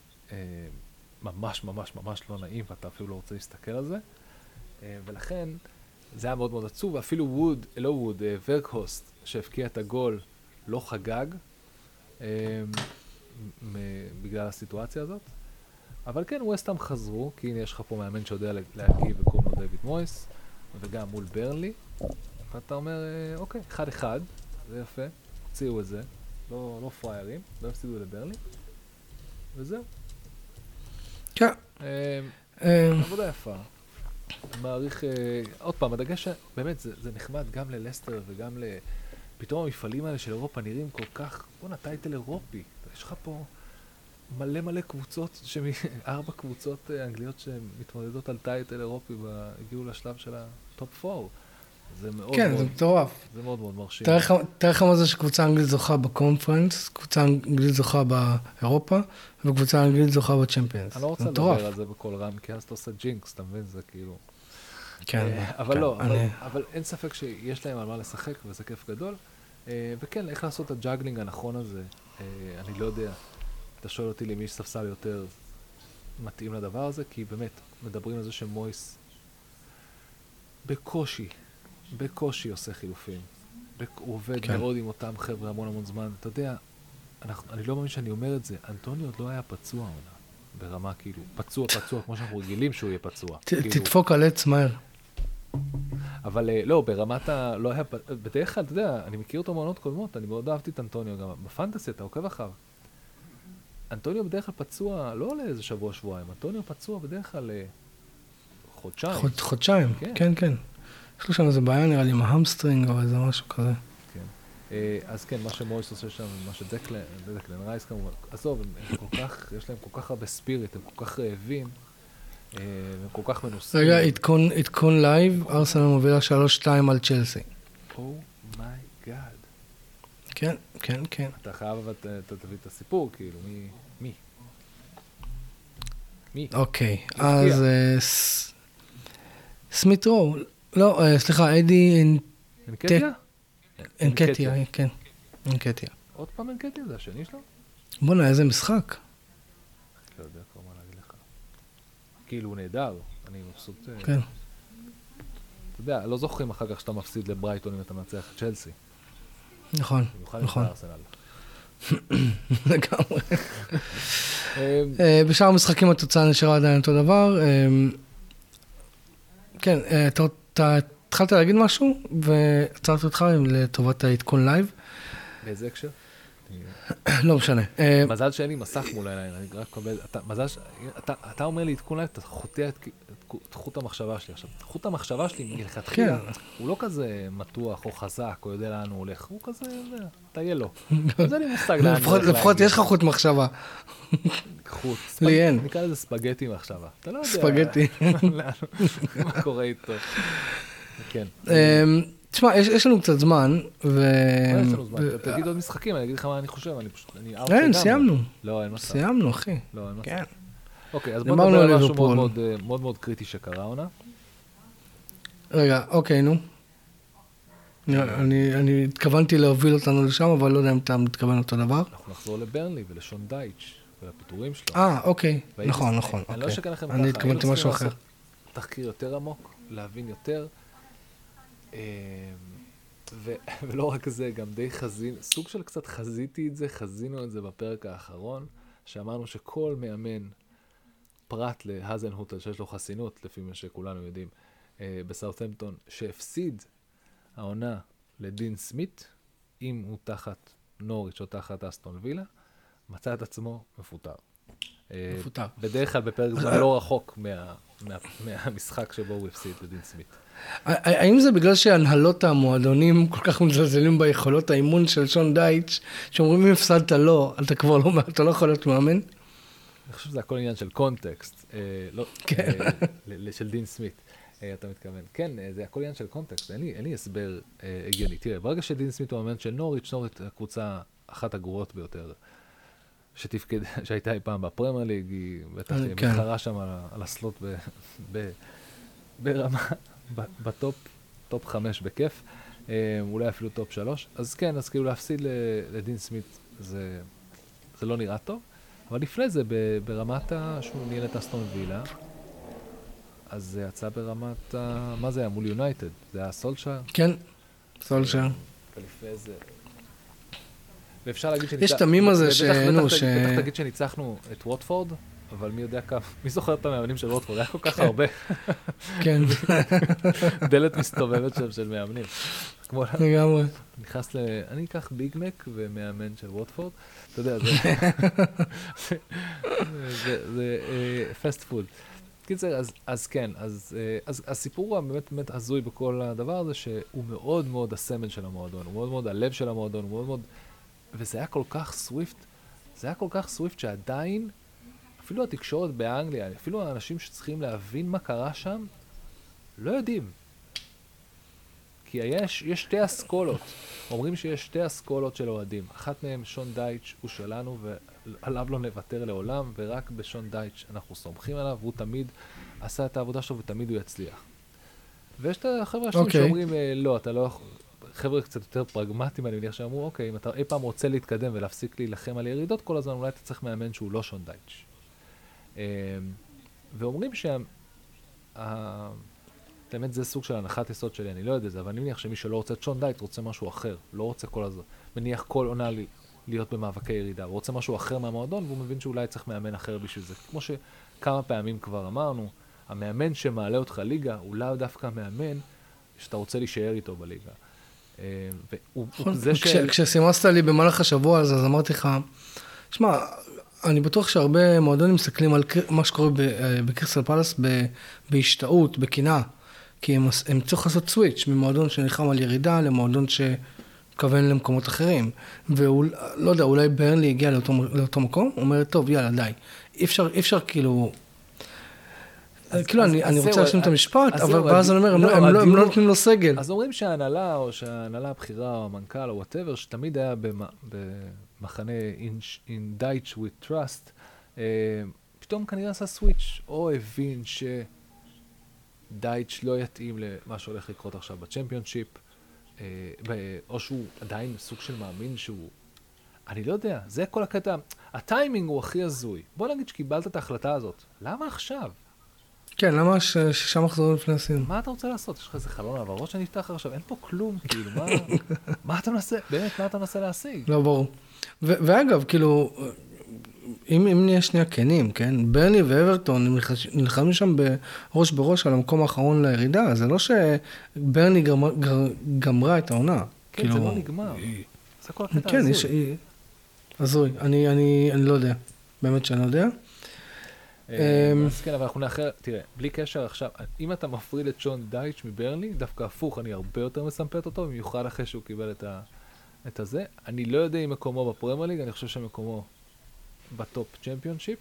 ממש ממש ממש לא נעים, ואתה אפילו לא רוצה להסתכל על זה. ולכן, זה היה מאוד מאוד עצוב, ואפילו ווד, לא ווד, ורקהוסט, שהפקיע את הגול, לא חגג. בגלל הסיטואציה הזאת. אבל כן, ווסטהאם חזרו, כי הנה יש לך פה מאמן שיודע להגיב וקוראים לו דיוויד מויס, וגם מול ברנלי, ואתה אומר, אוקיי, אחד אחד, זה יפה, הוציאו את זה, לא, לא פריירים, לא הפסידו לברנלי, וזהו. כן. עבודה יפה. אני מעריך, עוד פעם, הדגש, באמת, זה נחמד גם ללסטר וגם ל... פתאום המפעלים האלה של אירופה נראים כל כך, בוא נטייטל אירופי. יש לך פה מלא מלא קבוצות, ארבע קבוצות אנגליות שמתמודדות על טייטל אירופי והגיעו לשלב של הטופ ארבע. זה מאוד כן, מאוד... זה מטורף. זה מאוד מאוד מרשים. תאר לך מה זה שקבוצה אנגלית זוכה בקונפרנס, קבוצה אנגלית זוכה באירופה, וקבוצה אנגלית זוכה בצ'מפיונס. אני לא רוצה לדבר על זה בכל רם, כי אז אתה עושה ג'ינקס, אתה מבין? זה כאילו... כן. אבל לא, אבל אין ספק שיש להם על מה לשחק, וזה כיף גדול. וכן, איך לעשות את הג'אגלינג הנכון הזה, אני לא יודע. אתה שואל אותי למי יש ספסל יותר מתאים לדבר הזה, כי באמת מדברים על זה שמויס בקושי, בקושי עושה חילופים. בק... הוא עובד כן. מאוד עם אותם חבר'ה המון המון זמן. אתה יודע, אנחנו, אני לא מאמין שאני אומר את זה, אנטוני עוד לא היה פצוע עונה, ברמה כאילו, פצוע פצוע, כמו שאנחנו רגילים שהוא יהיה פצוע. ת, כאילו. תדפוק על עץ מהר. אבל לא, ברמת ה... לא היה... בדרך כלל, אתה יודע, אני מכיר אותו מעונות קודמות, אני מאוד אהבתי את אנטוניו גם. בפנטסיה, אתה עוקב אחר. אנטוניו בדרך כלל פצוע, לא לאיזה שבוע, שבועיים. אנטוניו פצוע בדרך כלל חודשיים. חוד, חודשיים, כן, כן. כן. יש לו שם איזה בעיה, נראה לי, עם ההמסטרינג או איזה משהו כזה. כן. אז כן, מה שמויס עושה שם, מה שדקלן, דקלן רייס כמובן, עזוב, הם כל כך, יש להם כל כך הרבה ספיריט, הם כל כך רעבים, הם כל כך מנוסים. רגע, עדכון לייב, ארסנל מובילה שלוש שתיים על צ'לסי. אומייגאד. כן, כן, כן. אתה חייב, אתה תביא את הסיפור, כאילו, מי? מי? מי? אוקיי, אז סמית רו, לא, סליחה, אדי אנקטיה? אנקטיה, כן, אנקטיה. עוד פעם אנקטיה, זה השני שלו? בוא'נה, איזה משחק. לא יודע כבר מה להגיד לך. כאילו הוא נהדר, אני מבסוט... כן. אתה יודע, לא זוכרים אחר כך שאתה מפסיד לברייטון אם אתה מנצח את צ'לסי. נכון, נכון. לגמרי. בשאר המשחקים התוצאה נשארה עדיין אותו דבר. כן, אתה התחלת להגיד משהו, ועצרתי אותך לטובת העדכון לייב. באיזה הקשר? לא משנה. מזל שאין לי מסך מול העיניים, אני רק קובל, מזל ש... אתה אומר לי עדכון לייב, אתה חוטא את חוט המחשבה שלי. עכשיו, חוט המחשבה שלי, מלכתחילה, הוא לא כזה מתוח או חזק, או יודע לאן הוא הולך, הוא כזה, תהיה לו. אז אני מושג לאן הוא הולך. לפחות יש לך חוט מחשבה. חוט. לי אין. נקרא לזה ספגטי מחשבה. אתה לא יודע... ספגטי. מה קורה איתו? כן. תשמע, יש לנו קצת זמן, ו... לא יש לנו זמן, תגיד עוד משחקים, אני אגיד לך מה אני חושב, אני פשוט... אין, סיימנו. לא, אין מצב. סיימנו, אחי. לא, אין מצב. כן. אוקיי, אז בוא נדבר על משהו מאוד מאוד קריטי שקרה, עונה. רגע, אוקיי, נו. אני התכוונתי להוביל אותנו לשם, אבל לא יודע אם אתה מתכוון אותו דבר. אנחנו נחזור לברנלי ולשון דייץ' ולפיטורים שלו. אה, אוקיי. נכון, נכון. אני לא אשקר לכם ככה. אני התכוונתי משהו אחר. תחקיר יותר עמוק, להבין יותר. ולא רק זה, גם די חזין, סוג של קצת חזיתי את זה, חזינו את זה בפרק האחרון, שאמרנו שכל מאמן, פרט להזנהוטל, שיש לו חסינות, לפי מה שכולנו יודעים, בסאות'המפטון, שהפסיד העונה לדין סמית, אם הוא תחת נוריץ' או תחת אסטון וילה, מצא את עצמו מפוטר. מפוטר. בדרך כלל בפרק זמן לא רחוק מהמשחק שבו הוא הפסיד לדין סמית. האם זה בגלל שהנהלות המועדונים כל כך מזלזלים ביכולות האימון של שון דייץ', שאומרים אם הפסדת לא, אתה כבר לא, אתה לא יכול להיות מאמן? אני חושב שזה הכל עניין של קונטקסט, של דין סמית, אתה מתכוון. כן, זה הכל עניין של קונטקסט, אין לי הסבר הגיוני. תראה, ברגע שדין סמית הוא מאמן של נוריץ', נוריץ' הקבוצה אחת הגרועות ביותר, שתפקד, שהייתה אי פעם בפרמייר ליג, היא בטח מתחרה שם על הסלוט ברמה, בטופ, טופ חמש בכיף, אולי אפילו טופ שלוש. אז כן, אז כאילו להפסיד לדין סמית זה, זה לא נראה טוב, אבל לפני זה ברמת שהוא ניהל את אסטון וילה, אז זה יצא ברמת, מה זה היה? מול יונייטד? זה היה סולשייר? כן, סולשייר. ולפני זה... ואפשר להגיד שניצחנו... יש תמים הזה שאינו ש... בטח תגיד שניצחנו את ווטפורד, אבל מי יודע כמה... מי זוכר את המאמנים של ווטפורד? היה כל כך הרבה. כן. דלת מסתובבת שם של מאמנים. לגמרי. נכנס ל... אני אקח ביג מק ומאמן של ווטפורד. אתה יודע, זה פסט פוד. קיצר, אז כן, אז הסיפור באמת באמת הזוי בכל הדבר הזה, שהוא מאוד מאוד הסמל של המועדון, הוא מאוד מאוד הלב של המועדון, הוא מאוד מאוד... וזה היה כל כך סוויפט, זה היה כל כך סוויפט שעדיין, אפילו התקשורת באנגליה, אפילו האנשים שצריכים להבין מה קרה שם, לא יודעים. כי יש, יש שתי אסכולות, אומרים שיש שתי אסכולות של אוהדים. אחת מהם, שון דייץ', הוא שלנו, ועליו לא נוותר לעולם, ורק בשון דייץ' אנחנו סומכים עליו, והוא תמיד עשה את העבודה שלו, ותמיד הוא יצליח. ויש את החבר'ה השנים okay. שאומרים, לא, אתה לא יכול... חבר'ה קצת יותר פרגמטיים, אני מניח שאמרו, אוקיי, אם אתה אי פעם רוצה להתקדם ולהפסיק להילחם על ירידות כל הזמן, אולי אתה צריך מאמן שהוא לא שון דייץ'. ואומרים שהם, באמת זה סוג של הנחת יסוד שלי, אני לא יודע זה, אבל אני מניח שמי שלא רוצה את שון דייט רוצה משהו אחר, לא רוצה כל הזו, מניח כל עונה לי, להיות במאבקי ירידה, הוא רוצה משהו אחר מהמועדון, והוא מבין שאולי צריך מאמן אחר בשביל זה. כמו שכמה פעמים כבר אמרנו, המאמן שמעלה אותך ליגה, הוא לא דווקא מאמן שאתה רוצה להישאר איתו בליגה. כשסימסת לי במהלך השבוע הזה, אז אמרתי לך, שמע, אני בטוח שהרבה מועדונים מסתכלים על מה שקורה בקריסטל פלאס בהשתאות, בקנאה, כי הם צריכים לעשות סוויץ' ממועדון שנלחם על ירידה למועדון שכוון למקומות אחרים. והוא, לא יודע, אולי ברנלי הגיע לאותו, לאותו מקום, הוא אומר, טוב, יאללה, די. אי אפשר, אי אפשר כאילו... כאילו, אני רוצה להשלים את המשפט, אבל ואז אני אומר, הם לא נותנים לו סגל. אז אומרים שההנהלה, או שההנהלה הבחירה, או המנכ"ל, או whatever, שתמיד היה במחנה in Dutch with trust, פתאום כנראה עשה סוויץ', או הבין שדייטש לא יתאים למה שהולך לקרות עכשיו בצ'מפיונשיפ, או שהוא עדיין סוג של מאמין שהוא... אני לא יודע, זה כל הקטע. הטיימינג הוא הכי הזוי. בוא נגיד שקיבלת את ההחלטה הזאת. למה עכשיו? כן, למה שישה מחזורים לפני הסיום? מה אתה רוצה לעשות? יש לך איזה חלון העברות שנפתח עכשיו? אין פה כלום, כאילו, מה, מה אתה מנסה, באמת, מה אתה מנסה להשיג? לא, ברור. ואגב, כאילו, אם, אם נהיה שנייה כנים, כן? ברני ואברטון נלחמים שם בראש בראש על המקום האחרון לירידה, זה לא שברני גמר, גמרה את העונה. כן, כאילו, זה לא נגמר. היא... זה כל הקטע כן, הזוי. יש, הזוי. אני, אני, אני לא יודע. באמת שאני לא יודע. אז כן, אבל אנחנו נאחר, תראה, בלי קשר עכשיו, אם אתה מפריד את שון דייטש מברני, דווקא הפוך, אני הרבה יותר מסמפת אותו, במיוחד אחרי שהוא קיבל את, ה, את הזה. אני לא יודע אם מקומו בפרמייר ליג, אני חושב שמקומו בטופ צ'מפיונשיפ.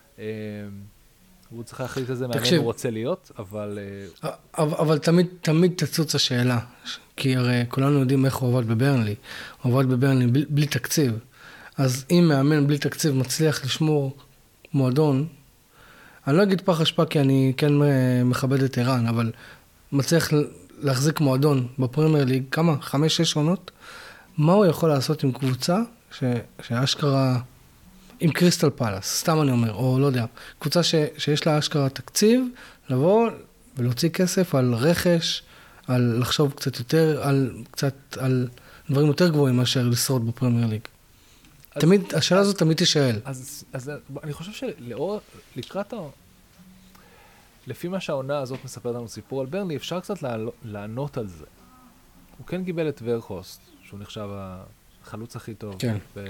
הוא צריך להחליט איזה מאמן הוא רוצה להיות, אבל... אבל תמיד, תמיד תצוץ השאלה, כי הרי כולנו יודעים איך הוא עבד בברנלי. הוא עבד בברנלי בלי, בלי תקציב. אז אם מאמן בלי תקציב מצליח לשמור מועדון, אני לא אגיד פח אשפה כי אני כן מכבד את איראן, אבל מצליח להחזיק מועדון בפרמייר ליג, כמה? חמש, שש עונות? מה הוא יכול לעשות עם קבוצה ש, שאשכרה, עם קריסטל פלאס, סתם אני אומר, או לא יודע, קבוצה ש, שיש לה אשכרה תקציב, לבוא ולהוציא כסף על רכש, על לחשוב קצת יותר, על קצת, על דברים יותר גבוהים מאשר לשרוד בפרמייר ליג. אז, תמיד, השאלה הזאת תמיד תשאל. אז, אז אני חושב שלאור, לקראת, לפי מה שהעונה הזאת מספרת לנו סיפור על ברני, אפשר קצת לענות על זה. הוא כן קיבל את ורכוסט, שהוא נחשב החלוץ הכי טוב. כן. ב...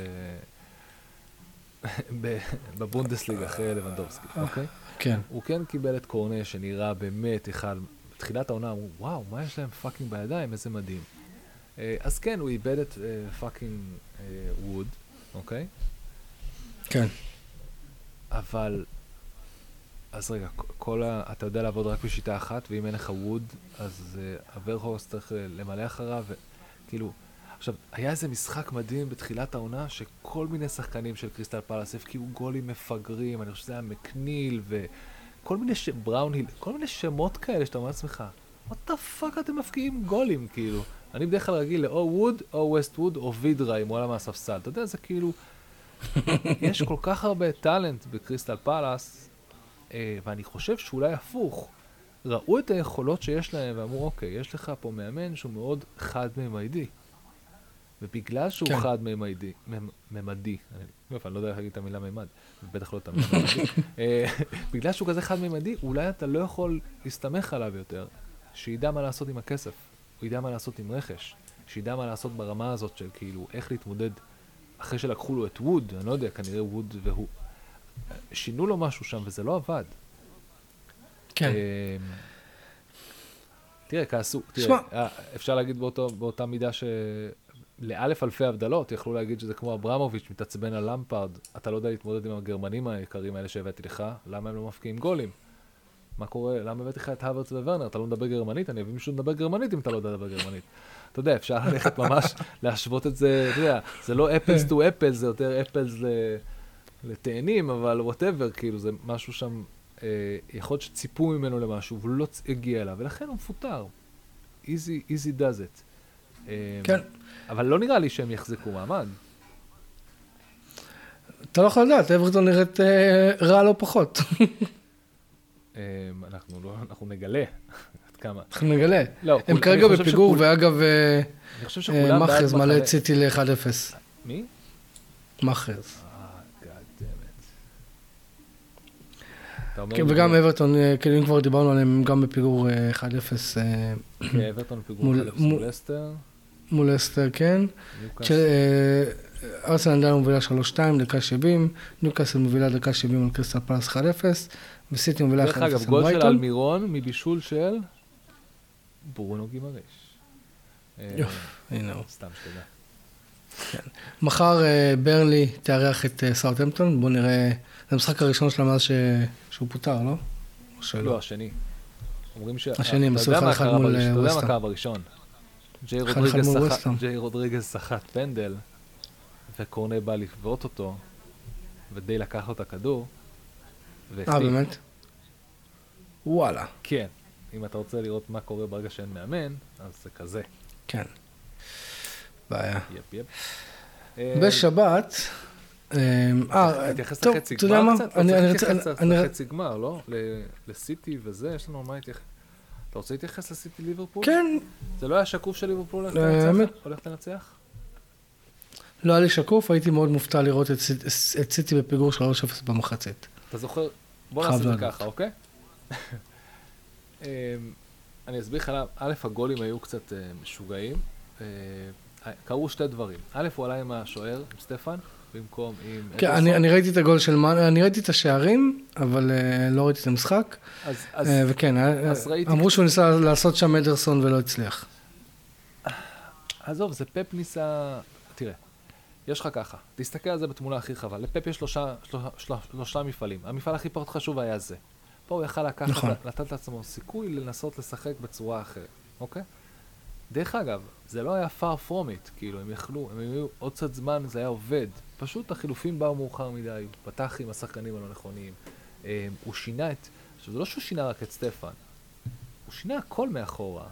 בבונדסליג אחרי לבנדובסקי, אוקיי? כן. הוא כן קיבל את קורנה שנראה באמת אחד, בתחילת העונה אמרו, וואו, מה יש להם פאקינג בידיים, איזה מדהים. אז כן, הוא איבד את פאקינג ווד, אוקיי? כן. אבל, אז רגע, כל ה... אתה יודע לעבוד רק בשיטה אחת, ואם אין לך ווד, אז הוורהורסט צריך למלא אחריו, וכאילו, עכשיו, היה איזה משחק מדהים בתחילת העונה, שכל מיני שחקנים של קריסטל פלאס הפקיעו גולים מפגרים, אני חושב שזה היה מקניל, וכל מיני ש... בראונהיל, כל מיני שמות כאלה שאתה אומר לעצמך, what the fuck אתם מפקיעים גולים, כאילו? אני בדרך כלל רגיל לאו ווד, או ווסט ווד, או וידרה, אם הוא עלה מהספסל. אתה יודע, זה כאילו, יש כל כך הרבה טלנט בקריסטל פלאס, אה, ואני חושב שאולי הפוך, ראו את היכולות שיש להם, ואמרו, אוקיי, יש לך פה מאמן שהוא מאוד חד-ממדי. ובגלל שהוא כן. חד-ממדי, ממדי, אני, אני לא יודע איך להגיד את המילה ממד, בטח לא את המילה ממדי, בגלל שהוא כזה חד-ממדי, אולי אתה לא יכול להסתמך עליו יותר, שידע מה לעשות עם הכסף, הוא ידע מה לעשות עם רכש, שידע מה לעשות ברמה הזאת של כאילו, איך להתמודד, אחרי שלקחו לו את ווד, אני לא יודע, כנראה ווד והוא, שינו לו משהו שם, וזה לא עבד. כן. תראה, כעסו, תראה, אפשר להגיד באותו, באותה מידה ש... לאלף אלפי הבדלות, יכלו להגיד שזה כמו אברמוביץ' מתעצבן על למפרד, אתה לא יודע להתמודד עם הגרמנים היקרים האלה שהבאתי לך, למה הם לא מפקיעים גולים? מה קורה? למה הבאתי לך את הוורץ וורנר? אתה לא מדבר גרמנית? אני אביא מישהו לדבר גרמנית אם אתה לא יודע לדבר גרמנית. אתה יודע, אפשר ללכת ממש להשוות את זה, אתה יודע, זה לא אפלס טו אפלס, זה יותר אפלס לתאנים, אבל whatever, כאילו זה משהו שם, יכול להיות שציפו ממנו למשהו, והוא לא הגיע אליו, ולכן הוא מפוטר. easy, easy does it. כן. אבל לא נראה לי שהם יחזקו מעמד. אתה לא יכול לדעת, אברטון נראית רע לא פחות. אנחנו לא, אנחנו נגלה עד כמה. אנחנו נגלה. הם כרגע בפיגור, ואגב, מחרז מלא את סיטי ל-אחד אפס. מי? מחרז. אה, כן, וגם אברטון, כאילו אם כבר דיברנו עליהם, גם בפיגור אחד אפס. כן, אברטון בפיגור אחד אפס מול לסטר. מול לסטר, כן. ארסנל עדיין מובילה שלוש שתיים, דקה שבעים, ניוקאסל מובילה דקה שבעים על קריסטל פלאס אחד אפס, וסיטי מובילה אחד אפס על ברייטון. דרך אגב, גול של אלמירון מבישול של ברונו גימרש. הנה הוא. סתם שתדע. כן. מחר ברנלי תארח את סאות'המפטון, בואו נראה, זה המשחק הראשון שלה מאז שהוא פוטר, לא? לא, השני. אומרים ש... השני, הם עשו אחד אחד מול ווסטהאם. אתה יודע מה קרה בראשון? ג'יי רודריגז סחט פנדל, וקורנה בא לבעוט אותו, ודי לקח לו את הכדור, אה, באמת? וואלה. כן. אם אתה רוצה לראות מה קורה ברגע שאין מאמן, אז זה כזה. כן. בעיה. יפ יפ. בשבת, אה, תתייחס לחצי גמר קצת? אני רוצה להתייחס לחצי גמר, לא? לסיטי וזה, יש לנו מה להתייחס. אתה רוצה להתייחס לסיטי ליברפול? כן. זה לא היה שקוף של ליברפול הולכת לנצח? לא היה לי שקוף, הייתי מאוד מופתע לראות את סיטי בפיגור שלוש אפס במחצית. אתה זוכר? בוא נעשה את זה ככה, אוקיי? אני אסביר לך, א', הגולים היו קצת משוגעים. קרו שתי דברים. א', הוא עלה עם השוער, עם סטפן, במקום עם... כן, אני ראיתי את הגול של מן, אני ראיתי את השערים, אבל לא ראיתי את המשחק. וכן, אמרו שהוא ניסה לעשות שם אדרסון ולא הצליח. עזוב, זה פפ ניסה... תראה, יש לך ככה, תסתכל על זה בתמונה הכי רחבה. לפפ יש שלושה, שלושה מפעלים. המפעל הכי פחות חשוב היה זה. פה הוא יכל לקחת, לתת לעצמו סיכוי לנסות לשחק בצורה אחרת, אוקיי? דרך אגב, זה לא היה far from it, כאילו, הם יכלו, הם היו עוד קצת זמן, זה היה עובד. פשוט החילופים באו מאוחר מדי, פתח עם השחקנים הלא נכונים. הוא שינה את, עכשיו, זה לא שהוא שינה רק את סטפן, הוא שינה הכל מאחורה.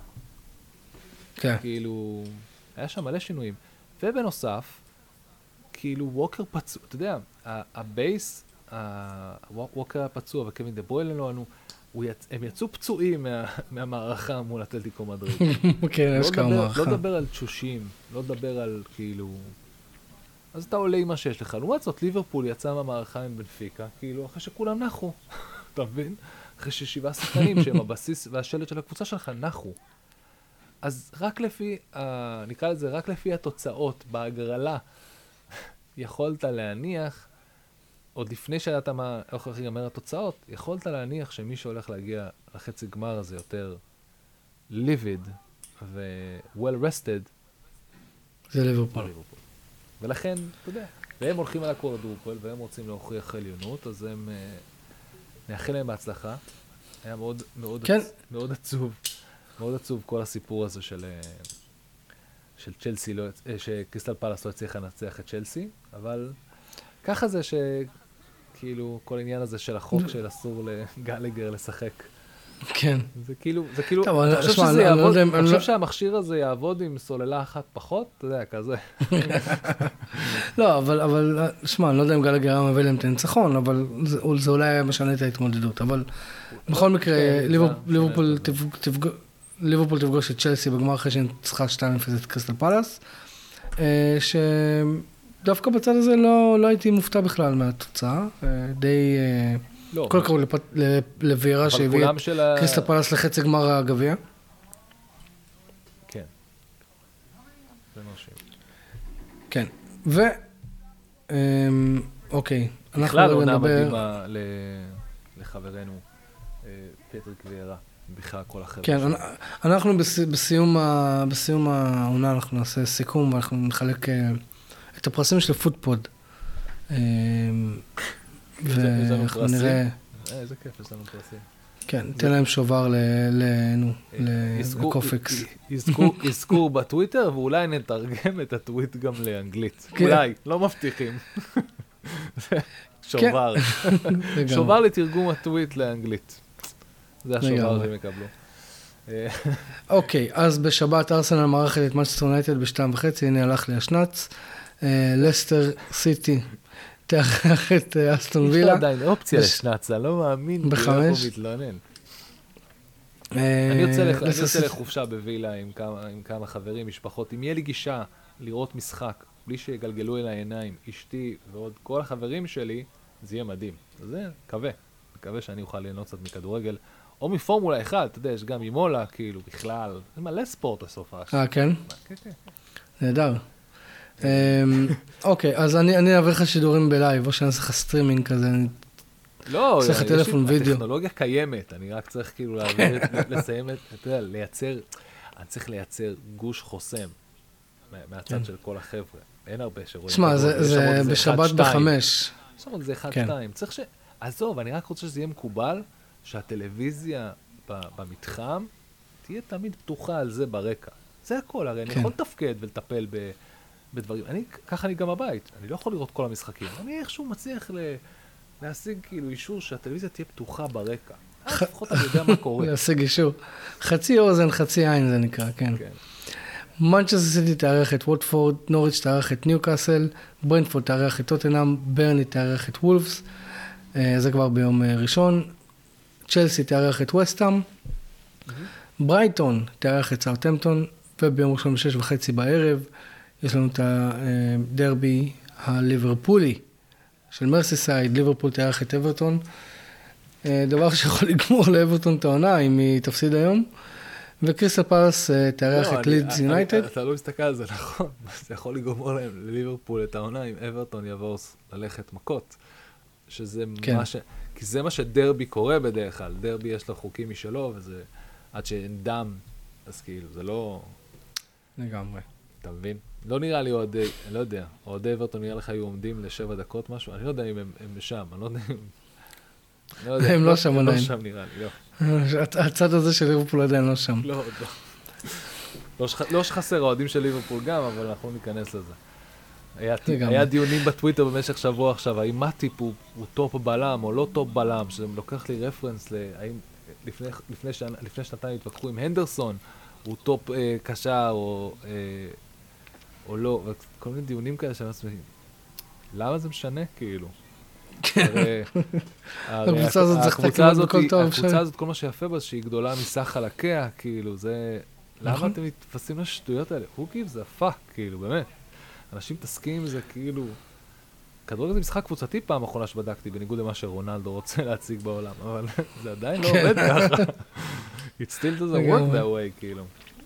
כן. כאילו, היה שם מלא שינויים. ובנוסף, כאילו, ווקר פצוע, אתה יודע, הבייס, ווקר היה פצוע וקווין דה ברוין לא ענו, הם יצאו פצועים מהמערכה מול אתלטיקו מדריד. כן, יש כמה מערכה. לא לדבר על תשושים, לא לדבר על כאילו... אז אתה עולה עם מה שיש לך. לעומת זאת, ליברפול יצא מהמערכה עם בנפיקה, כאילו, אחרי שכולם נחו. אתה מבין? אחרי ששבעה שחקנים שהם הבסיס והשלט של הקבוצה שלך נחו. אז רק לפי, נקרא לזה, רק לפי התוצאות בהגרלה, יכולת להניח, עוד לפני שידעת מה הולך להיגמר התוצאות, יכולת להניח שמי שהולך להגיע לחצי גמר הזה יותר livid ו-well rested, זה ליברפול. ולכן, אתה יודע, והם הולכים על הקוורדרופל, והם רוצים להוכיח עליונות, אז הם, נאחל להם בהצלחה. היה מאוד, מאוד, כן. עצ... מאוד עצוב, מאוד עצוב כל הסיפור הזה של, של צ'לסי, לא, שקריסטל פלאס לא הצליחה לנצח את צ'לסי, אבל ככה זה שכאילו כל העניין הזה של החוק של אסור לגלגר לשחק. כן. זה כאילו, זה כאילו, אתה חושב שזה יעבוד, אתה חושב שהמכשיר הזה יעבוד עם סוללה אחת פחות? אתה יודע, כזה. לא, אבל, אבל, שמע, אני לא יודע אם גלגר היה מביא להם את הניצחון, אבל זה אולי היה משנה את ההתמודדות, אבל בכל מקרה, ליברפול תפגוש את צ'לסי בגמר אחרי שניצחה שתיים אפס את קריסטל פלאס, שדווקא בצד הזה לא הייתי מופתע בכלל מהתוצאה, די... כל כך לווירה שהביא את קריסטל פלאס לחצי גמר הגביע. כן. זה מרשים. כן. ו... אוקיי. בכלל עונה מדהימה לחברנו פטריק וירה. בכלל כל החבר'ה. כן. אנחנו בסיום העונה אנחנו נעשה סיכום ואנחנו נחלק את הפרסים של פוטפוד. ואנחנו נראה... איזה כיף, יש לנו פרסים. כן, תן להם שובר לקופקס. יזכור בטוויטר, ואולי נתרגם את הטוויט גם לאנגלית. אולי, לא מבטיחים. שובר. שובר לתרגום הטוויט לאנגלית. זה השובר שהם יקבלו. אוקיי, אז בשבת ארסנל מארחת את מנצ'סטר יונייטד בשתיים וחצי, הנה הלך לי השנץ. לסטר סיטי תארח את אסטון יש וילה. לה עדיין אופציה לשנץ, אני לא מאמין, בחמש. כאילו איך הוא מתלונן. אני יוצא לח- אני יוצא לחופשה בווילה עם כמה- עם כמה חברים, משפחות. אם יהיה לי גישה לראות משחק, בלי שיגלגלו אל העיניים, אשתי ועוד כל החברים שלי, זה יהיה מדהים. אז זה, מקווה. מקווה שאני אוכל ליהנות קצת מכדורגל. או מפורמולה אחד, אתה יודע, יש גם ממולה, כאילו, בכלל. זה מלא ספורט בסוף השעה. אה, כן? כן, כן. נהדר. אמ, אוקיי, אז אני אני אעביר לך שידורים בלייב, או שאני אעשה לך סטרימינג כזה. אני- לא, צריך יש טלפון לי- וידאו. הטכנולוגיה קיימת, אני רק צריך כאילו להעביר, את- לסיים את, אתה יודע, לייצר, אני צריך לייצר גוש חוסם מה- מהצד כן. של כל החבר'ה. אין הרבה שרואים. תשמע, כדורגל, זה יש שם עוד זה איזה בשבת אחד, שתיים. בחמש. יש שם עוד איזה אחד, כן. שתיים. צריך ש... עזוב, אני רק רוצה שזה יהיה מקובל, שהטלוויזיה ב- במתחם תהיה תמיד פתוחה על זה ברקע. זה הכל, הרי אני כן. יכול לתפקד ולטפל ב... בדברים. אני, ככה אני גם בבית, אני לא יכול לראות כל המשחקים. אני איכשהו מצליח ל... להשיג כאילו אישור שהטלוויזיה תהיה פתוחה ברקע. אז לפחות אני יודע מה קורה. להשיג אישור. חצי אוזן, חצי עין זה נקרא, כן. כן. מנצ'סטר סיטי תארח את ווטפורד, נוריץ' תארח את ניוקאסל, ברנטפורד תארח את טוטנהאם, ברני תארח את וולפס, אה, זה כבר ביום אה, ראשון, צ'לסי תארח את וסטהאם, ברייטון תארח את סאות'המפטון, וביום ראשון בשש וחצי בערב, יש לנו את הדרבי הליברפולי של מרסיסייד, ליברפול תארח את אברטון, אה, דבר שיכול לגמור לאברטון את העונה אם היא תפסיד היום, וקריסטל פלאס אה, תארח לא, את אני- לידס אני- יונייטד. אתה לא מסתכל על זה נכון. זה יכול לגמור להם לליברפול את העונה אם אברטון יעבור ס- ללכת מכות. שזה כן. מה ש... כי זה מה שדרבי קורה בדרך כלל. דרבי יש לו חוקים משלו, וזה... עד שאין דם, אז כאילו, זה לא... לגמרי. אתה מבין? לא נראה לי אוהדי, אני לא יודע, אוהדי אברטון נראה לך היו עומדים לשבע דקות משהו, אני לא יודע אם הם, הם שם, אני לא יודע אם... אני לא יודע, הם לא שם הם לא עדיין. שם נראה לי, לא. הצד הזה של ליברפול עדיין לא שם. לא, לא. לא, שח, לא שחסר האוהדים של ליברפול גם, אבל אנחנו ניכנס לזה. היה, לגמרי. היה דיונים בטוויטר במשך שבוע עכשיו, האם מאטיפ הוא, הוא טופ בלם או לא טופ בלם, שזה לוקח לי רפרנס להאם לפני, לפני, שנה, לפני שנתיים התווכחו עם הנדרסון, הוא טופ אה, קשר או, אה, או לא, וכל מיני דיונים כאלה שאני עצמי, למה זה משנה כאילו? הרי- הרי הקבוצה הזאת זכתה הקבוצה כמעט הזאת בכל היא- תואר הקבוצה אפשרי. הזאת, כל מה שיפה בה, שהיא גדולה מסך חלקיה, כאילו, זה... למה נכון. אתם מתפסים לשטויות האלה? who gives a fuck, כאילו, באמת. אנשים מתעסקים עם זה, כאילו... כדורגל זה משחק קבוצתי פעם אחרונה שבדקתי, בניגוד למה שרונלדו רוצה להציג בעולם, אבל זה עדיין לא עובד ככה. It still doesn't work that way, כאילו.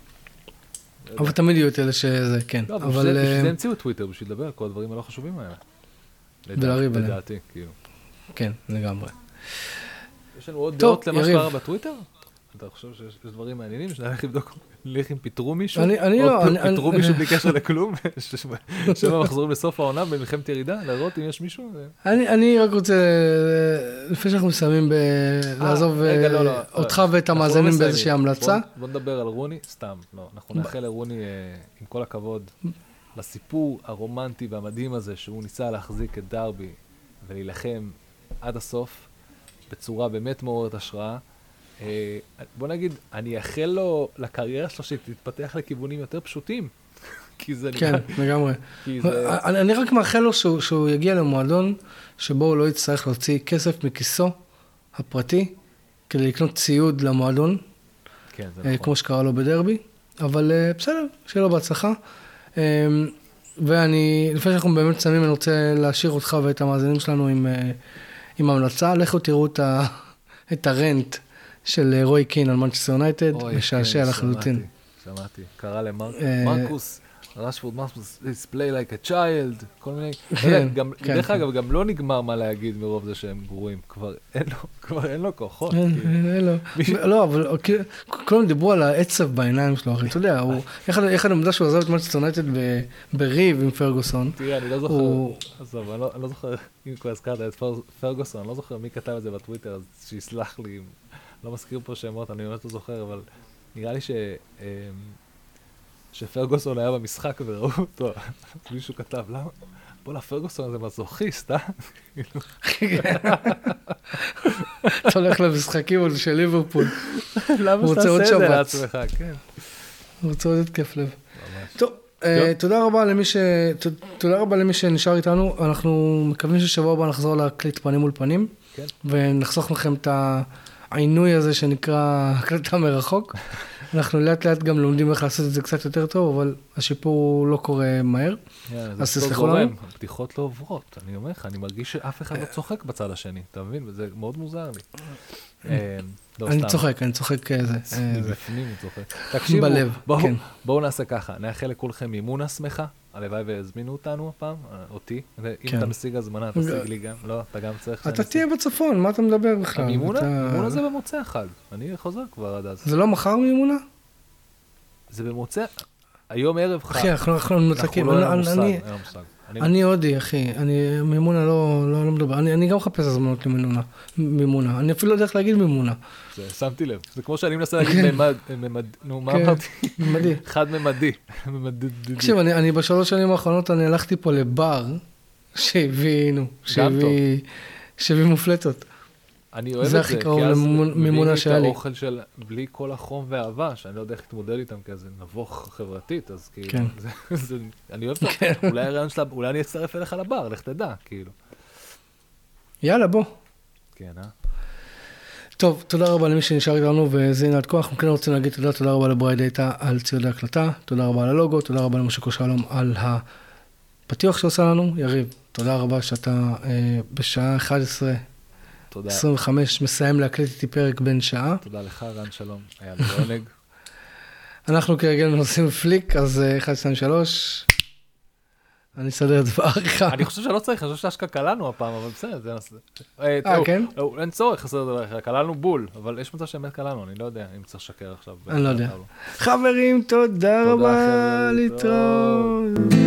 לא יודע. אבל תמיד יהיו את אלה שזה, כן. לא, אבל אבל בשביל זה- אה, בשביל זה המציאו טוויטר, בשביל לדבר על כל הדברים הלא חשובים האלה. ולריב עליהם. לדעתי, כאילו. כן, לגמרי. יש לנו עוד טוב, דעות למה יריב. שקרה בטוויטר? אתה חושב שיש יש דברים מעניינים? שנלך לבדוק, נלך אם פיטרו מישהו? אני- אני או לא, פ- אני- פיטרו אני- מישהו בלי קשר לכלום? ש- ש- שהם מחזורים לסוף העונה במלחמת ירידה? לראות אם יש מישהו? אני אני רק רוצה, אה, לפני שאנחנו מסיימים ב- לעזוב רגע, אה, לא, לא. אותך ואת אנחנו לא המאזינים מסיימים. באיזושהי המלצה. בוא- בוא נדבר על רוני, סתם, לא. אנחנו נאחל לרוני, אה, עם כל הכבוד, לסיפור הרומנטי והמדהים הזה, שהוא ניסה להחזיק את דרבי ולהילחם עד הסוף, בצורה באמת מעוררת השראה. אה, בוא נגיד, אני אאחל לו לקריירה שלו שתתפתח לכיוונים יותר פשוטים, כי זה כן, נראה, לגמרי. כי זה... אני אני רק מאחל לו שהוא שהוא יגיע למועדון שבו הוא לא יצטרך להוציא כסף מכיסו הפרטי כדי לקנות ציוד למועדון, כן, זה אה, נכון. כמו שקרה לו בדרבי, אבל אה, בסדר, שיהיה לו בהצלחה. אה, ואני, לפני שאנחנו באמת מסיימים, אני רוצה להשאיר אותך ואת המאזינים שלנו עם, אה, עם המלצה. לכו תראו את, ה, את הרנט של אה, רוי קין על מנצ'סטר יונייטד, אוי, משעשע כן, לחלוטין. שמעתי, שמעתי. קרא למרקוס, אה, מרקוס, רשפורד מרקוס, is play like a child, כל מיני, כן, אתה יודע, גם- כן, דרך כן. אגב, גם לא נגמר מה להגיד מרוב זה שהם גרועים, כבר אין לו, כבר אין לו כוחות. אין, כאילו. אין, אין לו. מישהו- לא, אבל כאילו, כולם דיברו על העצב בעיניים שלו, אחי, אתה יודע, הוא, אחד- אחד העובדה שהוא עזב את מנצ'סטר יונייטד ב- בריב עם פרגוסון, תראה, אני לא זוכר, הוא- עזוב, אני לא- אני לא זוכר, אם כבר הזכרת את פר- פרגוסון, אני לא זוכר מי כתב את זה בטוויטר, אז שיסלח לי, אם- לא מזכיר פה שמות, אני באמת לא זוכר, אבל נראה לי ש... אמ, שפרגוסון היה במשחק וראו אותו, אז מישהו כתב, למה? בוא'נה, פרגוסון זה מזוכיסט, אה? אתה הולך למשחקים של ליברפול, למה הוא שאתה רוצה עוד עושה את זה שבת. לעצמך? כן. הוא רוצה עוד התקף לב. ממש. טוב, תודה רבה למי ש... תודה רבה למי שנשאר איתנו, אנחנו מקווים ששבוע הבא נחזור להקליט פנים מול פנים, ונחסוך לכם את העינוי הזה שנקרא הקלטה מרחוק. אנחנו לאט לאט גם לומדים איך לעשות את זה קצת יותר טוב, אבל השיפור לא קורה מהר. אז תסלחו לנו. הפתיחות לא עוברות, אני אומר לך, אני מרגיש שאף אחד לא צוחק בצד השני, אתה מבין? וזה מאוד מוזר לי. אני צוחק, אני צוחק זה. בפנים אני צוחק. תקשיבו, בואו נעשה ככה, נאחל לכולכם מימונה שמחה, הלוואי והזמינו אותנו הפעם, אותי, אם אתה משיג הזמנה, תשיג לי גם, לא, אתה גם צריך... אתה תהיה בצפון, מה אתה מדבר בכלל? מימונה זה במוצא אחד, אני חוזר כבר עד אז. זה לא מחר מימונה? זה במוצא, היום ערב חג. אחי, אנחנו מתקים, אני הודי, אחי, אני מימונה לא מדבר, אני גם מחפש הזמנות למימונה, אני אפילו לא יודע איך להגיד מימונה. שמתי לב, זה כמו שאני מנסה להגיד ממד, נו, מה אמרתי? ממדי. חד ממדי. תקשיב, אני בשלוש שנים האחרונות, אני הלכתי פה לבר, שהבינו, שהביא מופלטות. אני אוהב את זה הכי קרוב למימונה שהיה לי. האוכל של בלי כל החום והאהבה, שאני לא יודע איך להתמודד איתם כזה נבוך חברתית, אז כאילו, אני אוהב את זה. אולי אני אצטרף אליך לבר, לך תדע, כאילו. יאללה, בוא. כן, אה? טוב, תודה רבה למי שנשאר איתנו, וזה הנה עד כה. אנחנו כן רוצים להגיד תודה, תודה רבה לברי דאטה על ציוד ההקלטה, תודה רבה על הלוגו, תודה רבה למשה שלום על הפתיח שעושה לנו. יריב, תודה רבה שאתה בשעה אחת עשרה עשרים וחמש מסיים להקליט איתי פרק בין שעה. תודה לך, רן שלום, היה לי עונג. אנחנו כרגע עושים פליק, אז אחת, שתיים, שלוש. אני אסדר את זה בעריכה. אני חושב שלא צריך, אני חושב שהשקע קלענו הפעם, אבל בסדר, זה נעשה. אה, כן? אין צורך, קלענו בול, אבל יש מצב שבאמת קלענו, אני לא יודע אם צריך לשקר עכשיו. אני לא יודע. חברים, תודה רבה, להתראות.